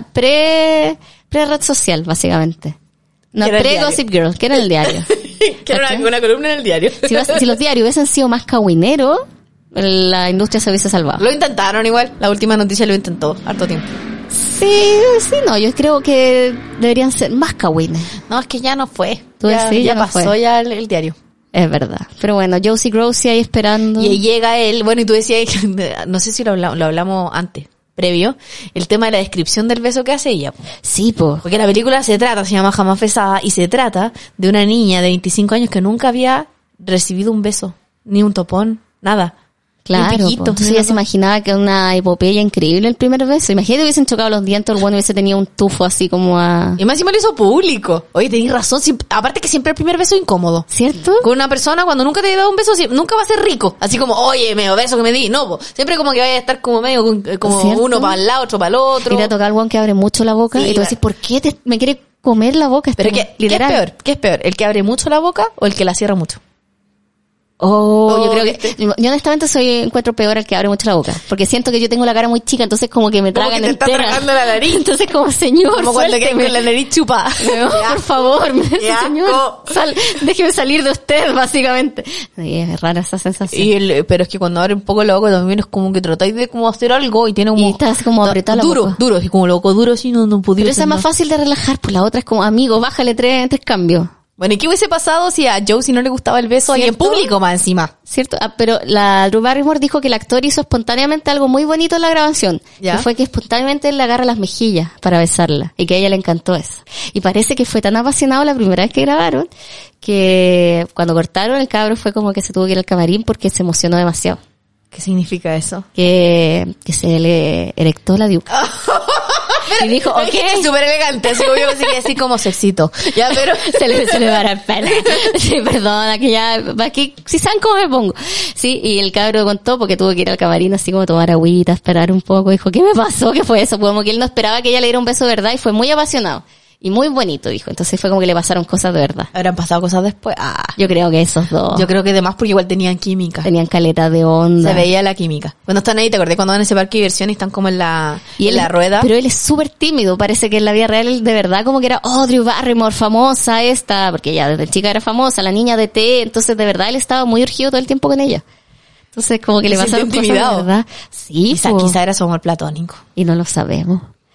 pre-red social, básicamente. Una pre-Gossip Girl, que era el diario. Que era una columna en el diario. Si los diarios hubiesen sido más cagüineros, la industria se hubiese salvado. Lo intentaron igual, la última noticia lo intentó, harto tiempo. Sí, no, yo creo que deberían ser más cagüines. No, es que ya no fue. Ya pasó fue. Ya el diario. Es verdad. Pero bueno, Josie Rosie ahí esperando. Y llega él, bueno, y tú decías, no sé si lo hablamos antes, previo, el tema de la descripción del beso que hace ella. Sí, Porque la película se llama Jamás Besada, y se trata de una niña de 25 años que nunca había recibido un beso, ni un topón, nada. Claro, entonces ella se imaginaba que era una epopeya increíble el primer beso. Imagínate hubiesen chocado los dientes, el bueno hubiese tenido un tufo así como a... Y más encima lo hizo público. Oye, tenés razón, aparte que siempre el primer beso es incómodo. ¿Cierto? Con una persona cuando nunca te he dado un beso, nunca va a ser rico. Así como, oye, medio beso que me di. No, siempre como que vaya a estar como medio, como ¿cierto? Uno para el lado, otro para el otro. Ir a tocar al guan que abre mucho la boca y tú decís, ¿por qué me quiere comer la boca? Pero ¿qué es peor? ¿El que abre mucho la boca o el que la cierra mucho? Yo creo que yo honestamente encuentro peor al que abre mucho la boca, porque siento que yo tengo la cara muy chica, entonces como que me tragan entera. Está tragando la nariz. Entonces como, señor, como cuando quedan con la nariz chupada. No, por favor, señor, déjeme salir de usted, básicamente. Sí, es rara esa sensación. Pero es que cuando abre un poco la boca también es como que tratáis de como hacer algo y tiene como... Y estás como apretado la boca. Duro, así como loco duro, así no pudiera. Pero esa es más fácil de relajar, pues la otra es como, amigo, bájale tres cambios. Bueno, ¿y qué hubiese pasado si a Josie no le gustaba el beso ahí en público más encima? Cierto, pero la Drew Barrymore dijo que el actor hizo espontáneamente algo muy bonito en la grabación. ¿Ya? Que fue que espontáneamente él le agarra las mejillas para besarla y que a ella le encantó eso. Y parece que fue tan apasionado la primera vez que grabaron que cuando cortaron el cabro fue como que se tuvo que ir al camarín porque se emocionó demasiado. ¿Qué significa eso? Que se le erectó la diuca. Y dijo, ok. Súper elegante, así como sexito. Ya, pero se le va a pena. Sí, perdona, que si saben cómo me pongo. Sí, y el cabro contó porque tuvo que ir al camarín así como tomar agüita, esperar un poco. Dijo, ¿qué me pasó? ¿Qué fue eso? Como que él no esperaba que ella le diera un beso de verdad y fue muy apasionado. Y muy bonito, dijo. Entonces fue como que le pasaron cosas de verdad. ¿Habrán pasado cosas después? Yo creo que esos dos. Yo creo que además porque igual tenían química. Tenían caleta de onda. Se veía la química. Cuando están ahí, ¿te acordás cuando van a ese parque de diversión y están como en la rueda? Pero él es súper tímido. Parece que en la vida real él de verdad como que era, Drew Barrymore, famosa esta. Porque ella desde chica era famosa, la niña de té. Entonces de verdad él estaba muy urgido todo el tiempo con ella. Entonces como que le pasaron cosas de verdad. Sí, quizá era su amor platónico. Y no lo sabemos.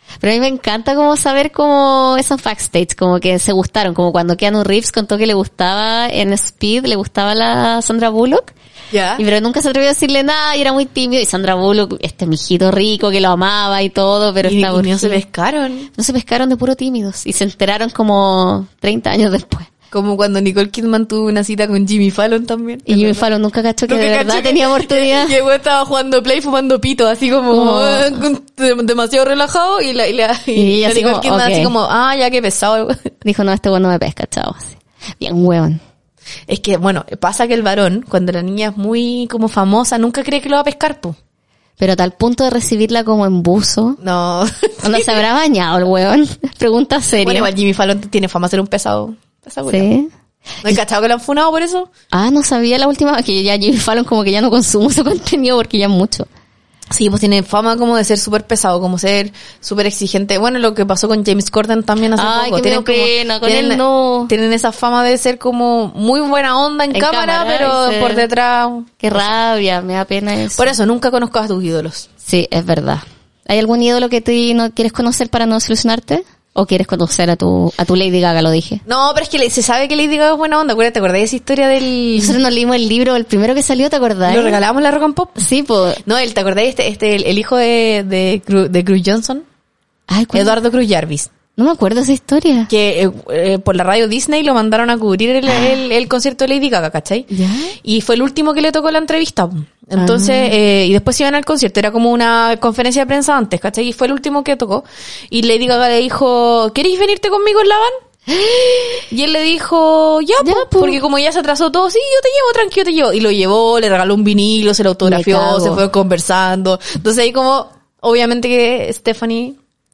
Pero a mí me encanta como saber como esos backstage, como que se gustaron, como cuando Keanu Reeves contó que le gustaba en Speed, le gustaba la Sandra Bullock. Ya. Y pero nunca se atrevió a decirle nada y era muy tímido. Y Sandra Bullock, mijito rico que lo amaba y todo, pero y no se pescaron. No se pescaron de puro tímidos. Y se enteraron como 30 años después. Como cuando Nicole Kidman tuvo una cita con Jimmy Fallon también. Y Jimmy Fallon nunca cachó que de verdad tenía oportunidad. Y el güey estaba jugando play fumando pito, así como demasiado relajado. Y la Nicole Kidman así como, ya que pesado. Dijo, no, este güey no me pesca, chao. Así. Bien huevón. Es que, bueno, pasa que el varón, cuando la niña es muy como famosa, nunca cree que lo va a pescar, po. Pero a tal punto de recibirla como en buzo. No. ¿Cuándo se habrá bañado el huevón? Pregunta seria. Bueno, igual Jimmy Fallon tiene fama de ser un pesado. Sí. ¿No hay cachado que lo han funado por eso? No sabía la última vez que ya Jimmy Fallon como que ya no consumo su contenido porque ya es mucho. Sí, pues tiene fama como de ser súper pesado, como ser súper exigente. Bueno, lo que pasó con James Corden también hace poco. Ay, qué pena, con él no. Tienen esa fama de ser como muy buena onda en cámara, pero por detrás. Qué rabia, me da pena eso. Por eso, nunca conozco a tus ídolos. Sí, es verdad. ¿Hay algún ídolo que tú no quieres conocer para no desilusionarte? ¿O quieres conocer a tu Lady Gaga, lo dije? No, pero es que se sabe que Lady Gaga es buena onda. ¿Te acordás de esa historia del...? Nosotros nos leímos el libro, el primero que salió, ¿te acordás? ¿Lo regalamos en la Rock and Pop? Sí, pues. No, ¿te acordás el hijo de Cruz Johnson? Ay, ¿cuál? Eduardo Cruz Jarvis. No me acuerdo esa historia. Que por la radio Disney lo mandaron a cubrir el concierto de Lady Gaga, ¿cachai? ¿Ya? Y fue el último que le tocó la entrevista. Entonces, y después iban al concierto. Era como una conferencia de prensa antes, ¿cachai? Y fue el último que tocó. Y Lady Gaga le dijo, ¿queréis venirte conmigo en la van? Y él le dijo, ya, po. Porque como ya se atrasó todo, sí, yo te llevo, tranquilo, te llevo. Y lo llevó, le regaló un vinilo, se lo autografió, se fue conversando. Entonces ahí como, obviamente que Stephanie,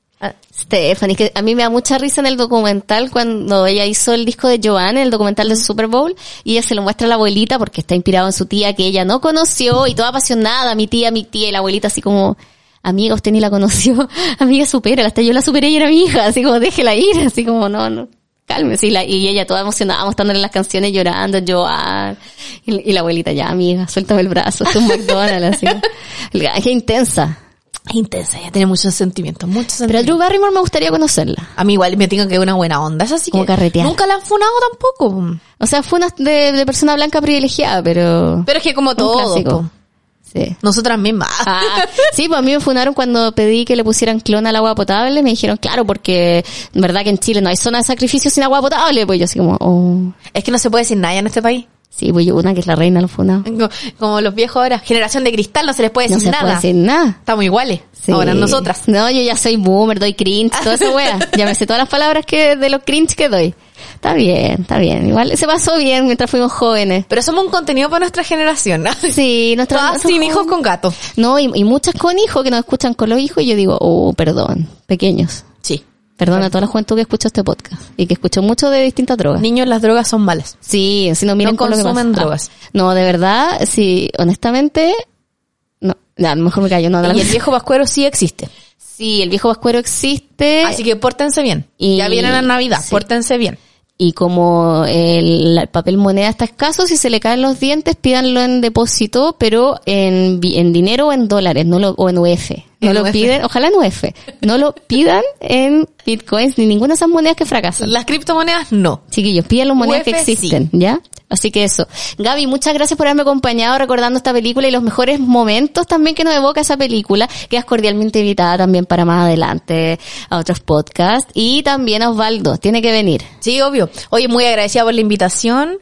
que a mí me da mucha risa en el documental cuando ella hizo el disco de Joanne, el documental del Super Bowl, y ella se lo muestra a la abuelita porque está inspirado en su tía que ella no conoció y toda apasionada, mi tía, y la abuelita así como, amiga, usted ni la conoció, amiga, supérala, hasta yo la superé y era mi hija, así como déjela ir, así como no, cálmese, y ella toda emocionada mostrándole las canciones, llorando, Joanne, y la abuelita, ya amiga, suéltame el brazo, es un McDonald's, así. Es intensa. Es intensa, ella tiene muchos sentimientos. Pero a Drew Barrymore me gustaría conocerla. A mí igual me tengo que una buena onda, es así como que carretear. Nunca la han funado tampoco. O sea, fue una de persona blanca privilegiada, pero es que como todo, sí. Nosotras mismas. Sí, pues a mí me funaron cuando pedí que le pusieran clon al agua potable, me dijeron, claro, porque en verdad que en Chile no hay zona de sacrificio sin agua potable, pues yo así como, Es que no se puede decir nada en este país. Sí, pues yo una que es la reina lo funado. Como los viejos ahora. Generación de cristal, no se les puede decir nada. No se puede decir nada. Estamos iguales. Sí. Ahora nosotras. No, yo ya soy boomer, doy cringe, toda esa wea. Ya me sé todas las palabras de los cringe que doy. Está bien. Igual se pasó bien mientras fuimos jóvenes. Pero somos un contenido para nuestra generación. Sí, todas sin hijos con gatos. No, y muchas con hijos que nos escuchan con los hijos y yo digo, perdón, pequeños. Sí. Perdona a toda la juventud que escucha este podcast y que escuchó mucho de distintas drogas. Niños, las drogas son malas. Sí, si no miren no con lo que pasa. drogas. No, de verdad, sí, honestamente, no, mejor me callo. No, y el viejo vascuero sí existe. Sí, el viejo vascuero existe. Así que pórtense bien. Ya viene la Navidad, sí. Pórtense bien. Y como el papel moneda está escaso, si se le caen los dientes, pídanlo en depósito, pero en dinero o en dólares, o en UF. No lo piden, ojalá en UF. No lo pidan en bitcoins ni ninguna de esas monedas que fracasan. Las criptomonedas no. Chiquillos, pidan las monedas UF, que existen, sí. ¿ya? Así que eso. Gaby, muchas gracias por haberme acompañado recordando esta película y los mejores momentos también que nos evoca esa película. Quedas cordialmente invitada también para más adelante a otros podcasts. Y también a Osvaldo, tiene que venir. Sí, obvio. Oye, muy agradecida por la invitación.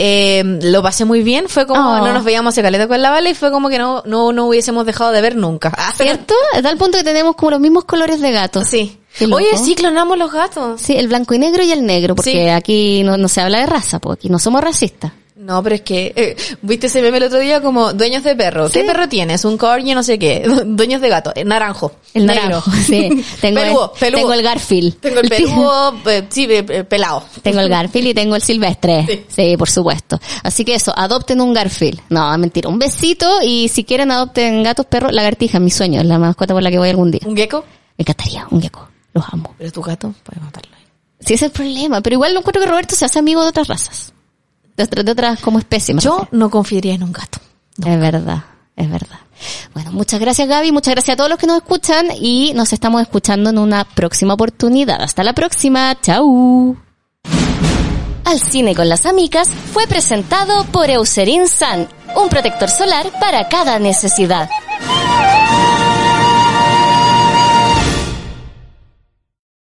Lo pasé muy bien. Fue como, no nos veíamos hace caleta con la Vale y fue como que no hubiésemos dejado de ver nunca. ¿Cierto? A tal punto que tenemos como los mismos colores de gatos. Sí. Oye, sí, clonamos los gatos. Sí, el blanco y negro y el negro, porque aquí no se habla de raza, porque aquí no somos racistas. No, pero es que, viste ese meme el otro día como dueños de perro. ¿Sí? ¿Qué perro tienes? Un corgi, no sé qué. Dueños de gato. Naranjo. El naranjo, sí. Peludo. Tengo el Garfield. Tengo el peludo, sí, pelado. Tengo el Garfield y tengo el silvestre. Sí, por supuesto. Así que eso, adopten un Garfield. No, mentira. Un besito y si quieren adopten gatos, perros, lagartijas, mi sueño. Es la mascota por la que voy algún día. ¿Un gecko? Me encantaría, un gecko. Los amo. Pero tu gato, puedes matarlo ahí. Sí, ese es el problema. Pero igual no encuentro que Roberto se hace amigo de otras razas. De otras como especie. Yo no confiaría en un gato. No. Es verdad. Bueno, muchas gracias Gaby, muchas gracias a todos los que nos escuchan y nos estamos escuchando en una próxima oportunidad. Hasta la próxima, chau. Al Cine con las Amigas fue presentado por Eucerin Sun, un protector solar para cada necesidad.